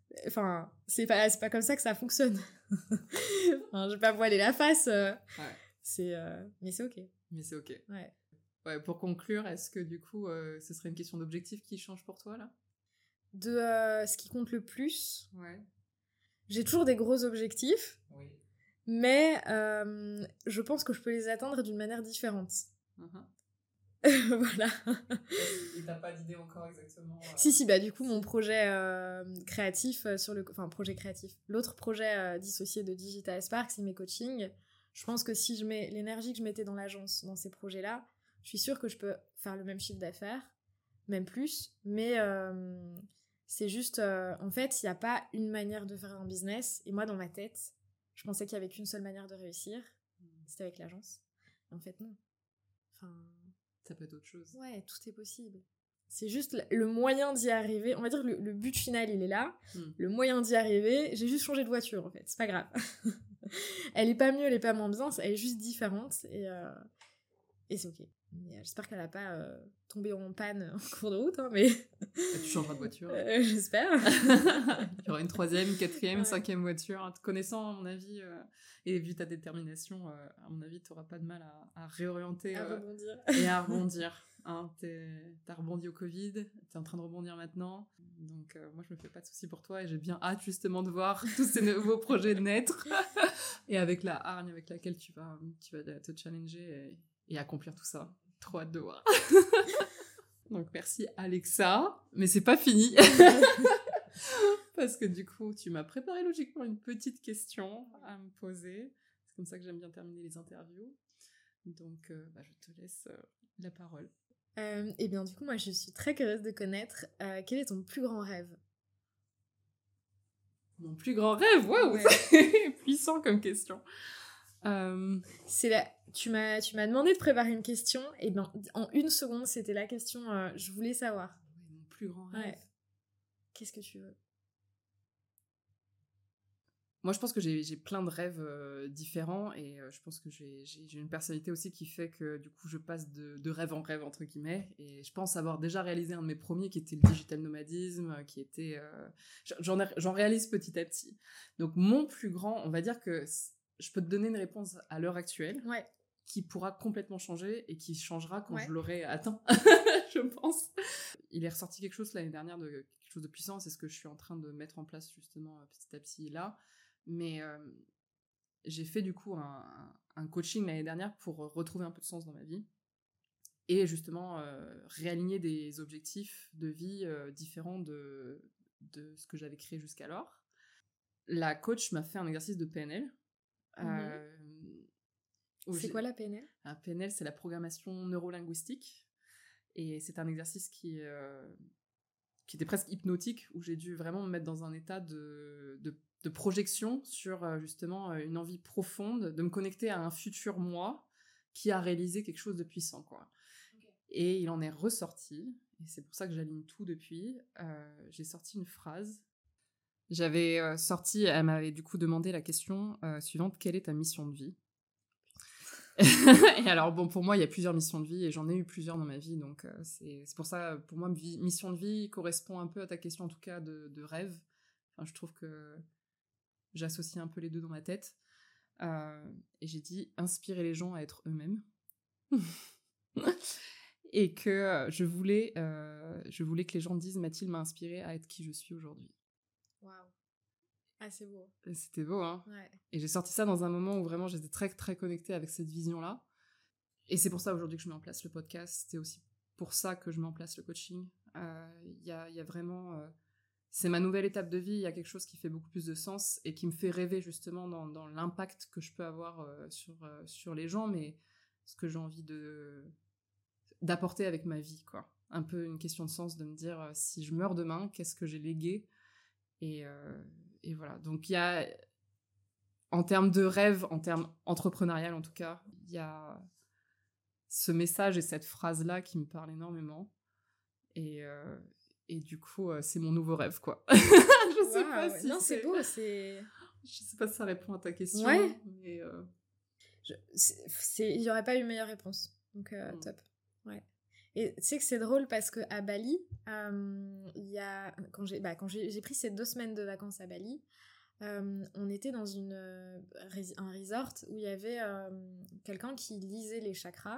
Speaker 1: c'est pas comme ça que ça fonctionne. Je vais pas voiler la face. Mais c'est ok.
Speaker 2: Mais c'est ok.
Speaker 1: Ouais,
Speaker 2: pour conclure, est-ce que du coup, ce serait une question d'objectif qui change pour toi, là ?
Speaker 1: de ce qui compte le plus.
Speaker 2: Ouais.
Speaker 1: J'ai toujours des gros objectifs,
Speaker 2: Oui.
Speaker 1: mais je pense que je peux les atteindre d'une manière différente. Voilà.
Speaker 2: Et t'as pas d'idée encore exactement
Speaker 1: Si, bah du coup, mon projet créatif, projet créatif, l'autre projet dissocié de Digital Spark, c'est mes coachings. Je pense que si je mets l'énergie que je mettais dans l'agence, dans ces projets-là, je suis sûre que je peux faire le même chiffre d'affaires, même plus, mais c'est juste, en fait, il n'y a pas une manière de faire un business, et moi, dans ma tête, je pensais qu'il n'y avait qu'une seule manière de réussir, c'était avec l'agence. Et en fait, non. Enfin...
Speaker 2: Ça peut être autre chose.
Speaker 1: Ouais, tout est possible. C'est juste le moyen d'y arriver. On va dire que le but final, il est là. Le moyen d'y arriver, j'ai juste changé de voiture, en fait. C'est pas grave. Elle est pas mieux, elle est pas moins bien. Elle est juste différente. Et c'est ok. Mais, j'espère qu'elle a pas tombé en panne en cours de route. Hein, mais...
Speaker 2: Tu changeras de voiture.
Speaker 1: J'espère.
Speaker 2: Il y aura une 3e, 4e, 5e voiture. Te connaissant, à mon avis, et vu ta détermination, à mon avis, tu n'auras pas de mal à réorienter.
Speaker 1: À rebondir.
Speaker 2: Et à rebondir. Hein, t'as rebondi au Covid, t'es en train de rebondir maintenant. Donc, moi, je me fais pas de soucis pour toi et j'ai bien hâte, justement, de voir tous ces nouveaux projets naître. Et avec la hargne avec laquelle tu vas te challenger et accomplir tout ça. Trop hâte de voir. Donc, merci, Alexa. Mais c'est pas fini. Parce que du coup, tu m'as préparé logiquement une petite question à me poser. C'est comme ça que j'aime bien terminer les interviews. Donc, je te laisse la parole.
Speaker 1: Et bien, du coup, moi, je suis très curieuse de connaître quel est ton plus grand rêve?
Speaker 2: Mon plus grand rêve? Waouh, ouais. C'est puissant comme question.
Speaker 1: Tu m'as demandé de préparer une question, et ben en 1 seconde, c'était la question, je voulais savoir.
Speaker 2: Mon plus grand rêve.
Speaker 1: Ouais. Qu'est-ce que tu veux?
Speaker 2: Moi, je pense que j'ai plein de rêves différents et je pense que j'ai une personnalité aussi qui fait que du coup, je passe de rêve en rêve, entre guillemets. Et je pense avoir déjà réalisé un de mes premiers qui était le digital nomadisme, qui était... J'en réalise petit à petit. Donc, mon plus grand, on va dire que je peux te donner une réponse à l'heure actuelle.
Speaker 1: Ouais.
Speaker 2: Qui pourra complètement changer et qui changera quand
Speaker 1: ouais.
Speaker 2: je l'aurai atteint, je pense. Il est ressorti quelque chose l'année dernière, quelque chose de puissant, c'est ce que je suis en train de mettre en place justement petit à petit là. Mais j'ai fait du coup un coaching l'année dernière pour retrouver un peu de sens dans ma vie et justement réaligner des objectifs de vie différents de ce que j'avais créé jusqu'alors. La coach m'a fait un exercice de PNL.
Speaker 1: C'est quoi la PNL?
Speaker 2: La PNL, c'est la programmation neurolinguistique. Et c'est un exercice qui était presque hypnotique, où j'ai dû vraiment me mettre dans un état de projection sur justement une envie profonde de me connecter à un futur moi qui a réalisé quelque chose de puissant, quoi. Okay. Et il en est ressorti, et c'est pour ça que j'aligne tout depuis. J'ai sorti une phrase. J'avais elle m'avait du coup demandé la question suivante: quelle est ta mission de vie? Et alors, bon, pour moi, il y a plusieurs missions de vie et j'en ai eu plusieurs dans ma vie. Donc, c'est pour ça, pour moi, mission de vie correspond un peu à ta question, en tout cas, de rêve. Enfin, je trouve que j'associe un peu les deux dans ma tête. Et j'ai dit inspirer les gens à être eux-mêmes. Et que je voulais que les gens disent Mathilde m'a inspirée à être qui je suis aujourd'hui.
Speaker 1: Waouh. Ah, c'est beau.
Speaker 2: C'était beau, hein.
Speaker 1: Ouais.
Speaker 2: Et j'ai sorti ça dans un moment où vraiment j'étais très, très connectée avec cette vision-là. Et c'est pour ça aujourd'hui que je mets en place le podcast. C'est aussi pour ça que je mets en place le coaching. Il y a vraiment... c'est ma nouvelle étape de vie. Il y a quelque chose qui fait beaucoup plus de sens et qui me fait rêver justement dans l'impact que je peux avoir sur les gens, mais ce que j'ai envie d'apporter avec ma vie, quoi. Un peu une question de sens, de me dire si je meurs demain, qu'est-ce que j'ai légué? Et voilà, donc il y a, en termes de rêve, en termes entrepreneurial en tout cas, il y a ce message et cette phrase-là qui me parle énormément. Et du coup, c'est mon nouveau rêve, quoi. Je sais pas si
Speaker 1: non, c'est beau, c'est...
Speaker 2: Je sais pas si ça répond à ta question.
Speaker 1: Ouais.
Speaker 2: Mais
Speaker 1: il y aurait pas eu meilleure réponse. Donc, top. Ouais. Et tu sais que c'est drôle parce qu'à Bali, quand j'ai pris ces 2 semaines de vacances à Bali, on était dans un resort où il y avait quelqu'un qui lisait les chakras.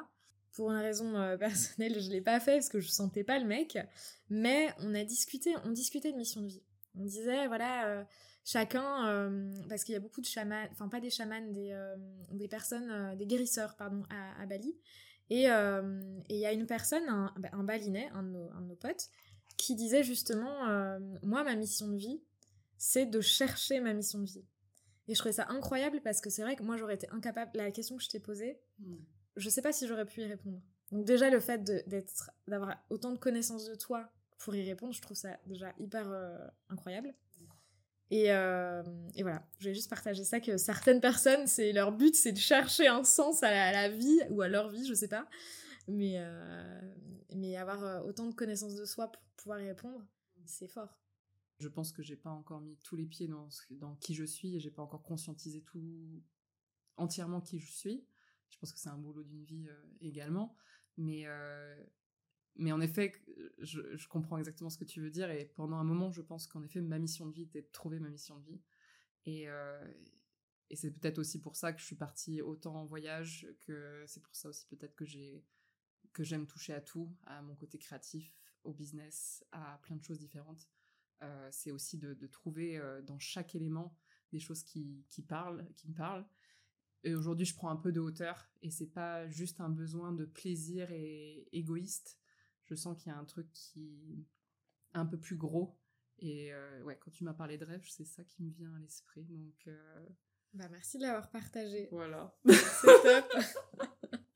Speaker 1: Pour une raison personnelle, je l'ai pas fait parce que je sentais pas le mec. Mais on discutait de mission de vie. On disait, voilà, chacun, parce qu'il y a beaucoup de chamans, enfin pas des chamans, des personnes, des guérisseurs, pardon, à Bali. Et il y a une personne, un balinais, un de nos potes, qui disait justement, moi, ma mission de vie, c'est de chercher ma mission de vie. Et je trouvais ça incroyable parce que c'est vrai que moi, j'aurais été incapable, la question que je t'ai posée, je sais pas si j'aurais pu y répondre. Donc déjà, le fait d'avoir autant de connaissances de toi pour y répondre, je trouve ça déjà hyper incroyable. Et voilà, je voulais juste partager ça, que certaines personnes, leur but, c'est de chercher un sens à la vie, ou à leur vie, je sais pas. Mais avoir autant de connaissances de soi pour pouvoir y répondre, c'est fort.
Speaker 2: Je pense que j'ai pas encore mis tous les pieds dans qui je suis et j'ai pas encore conscientisé entièrement qui je suis. Je pense que c'est un boulot d'une vie également. Mais en effet, je comprends exactement ce que tu veux dire. Et pendant un moment, je pense qu'en effet, ma mission de vie était de trouver ma mission de vie. Et c'est peut-être aussi pour ça que je suis partie autant en voyage, que c'est pour ça aussi peut-être que j'aime toucher à tout, à mon côté créatif, au business, à plein de choses différentes. C'est aussi de trouver dans chaque élément des choses qui me parlent. Et aujourd'hui, je prends un peu de hauteur et c'est pas juste un besoin de plaisir et égoïste. Je sens qu'il y a un truc qui est un peu plus gros. Et quand tu m'as parlé de rêve, c'est ça qui me vient à l'esprit. Donc,
Speaker 1: merci de l'avoir partagé.
Speaker 2: Voilà.
Speaker 1: C'est top.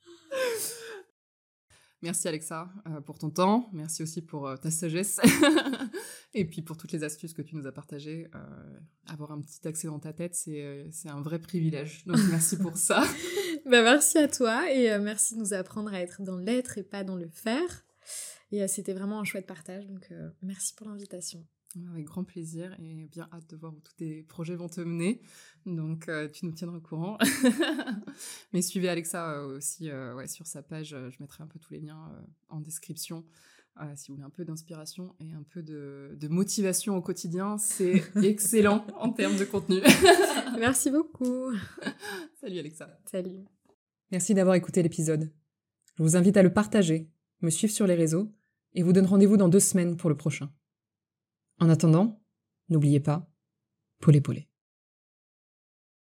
Speaker 2: Merci Alexa pour ton temps. Merci aussi pour ta sagesse. Et puis pour toutes les astuces que tu nous as partagées. Avoir un petit accès dans ta tête, c'est un vrai privilège. Donc merci pour ça.
Speaker 1: Merci à toi et merci de nous apprendre à être dans l'être et pas dans le faire. Et c'était vraiment un chouette partage. Donc merci pour l'invitation.
Speaker 2: Avec grand plaisir et bien hâte de voir où tous tes projets vont te mener. Donc, tu nous tiendras au courant. Mais suivez Alexa aussi sur sa page. Je mettrai un peu tous les liens en description. Si vous voulez un peu d'inspiration et un peu de motivation au quotidien, c'est excellent en termes de contenu.
Speaker 1: Merci beaucoup.
Speaker 2: Salut Alexa.
Speaker 1: Salut.
Speaker 2: Merci d'avoir écouté l'épisode. Je vous invite à le partager, me suivre sur les réseaux et vous donne rendez-vous dans 2 semaines pour le prochain. En attendant, n'oubliez pas, polé polé.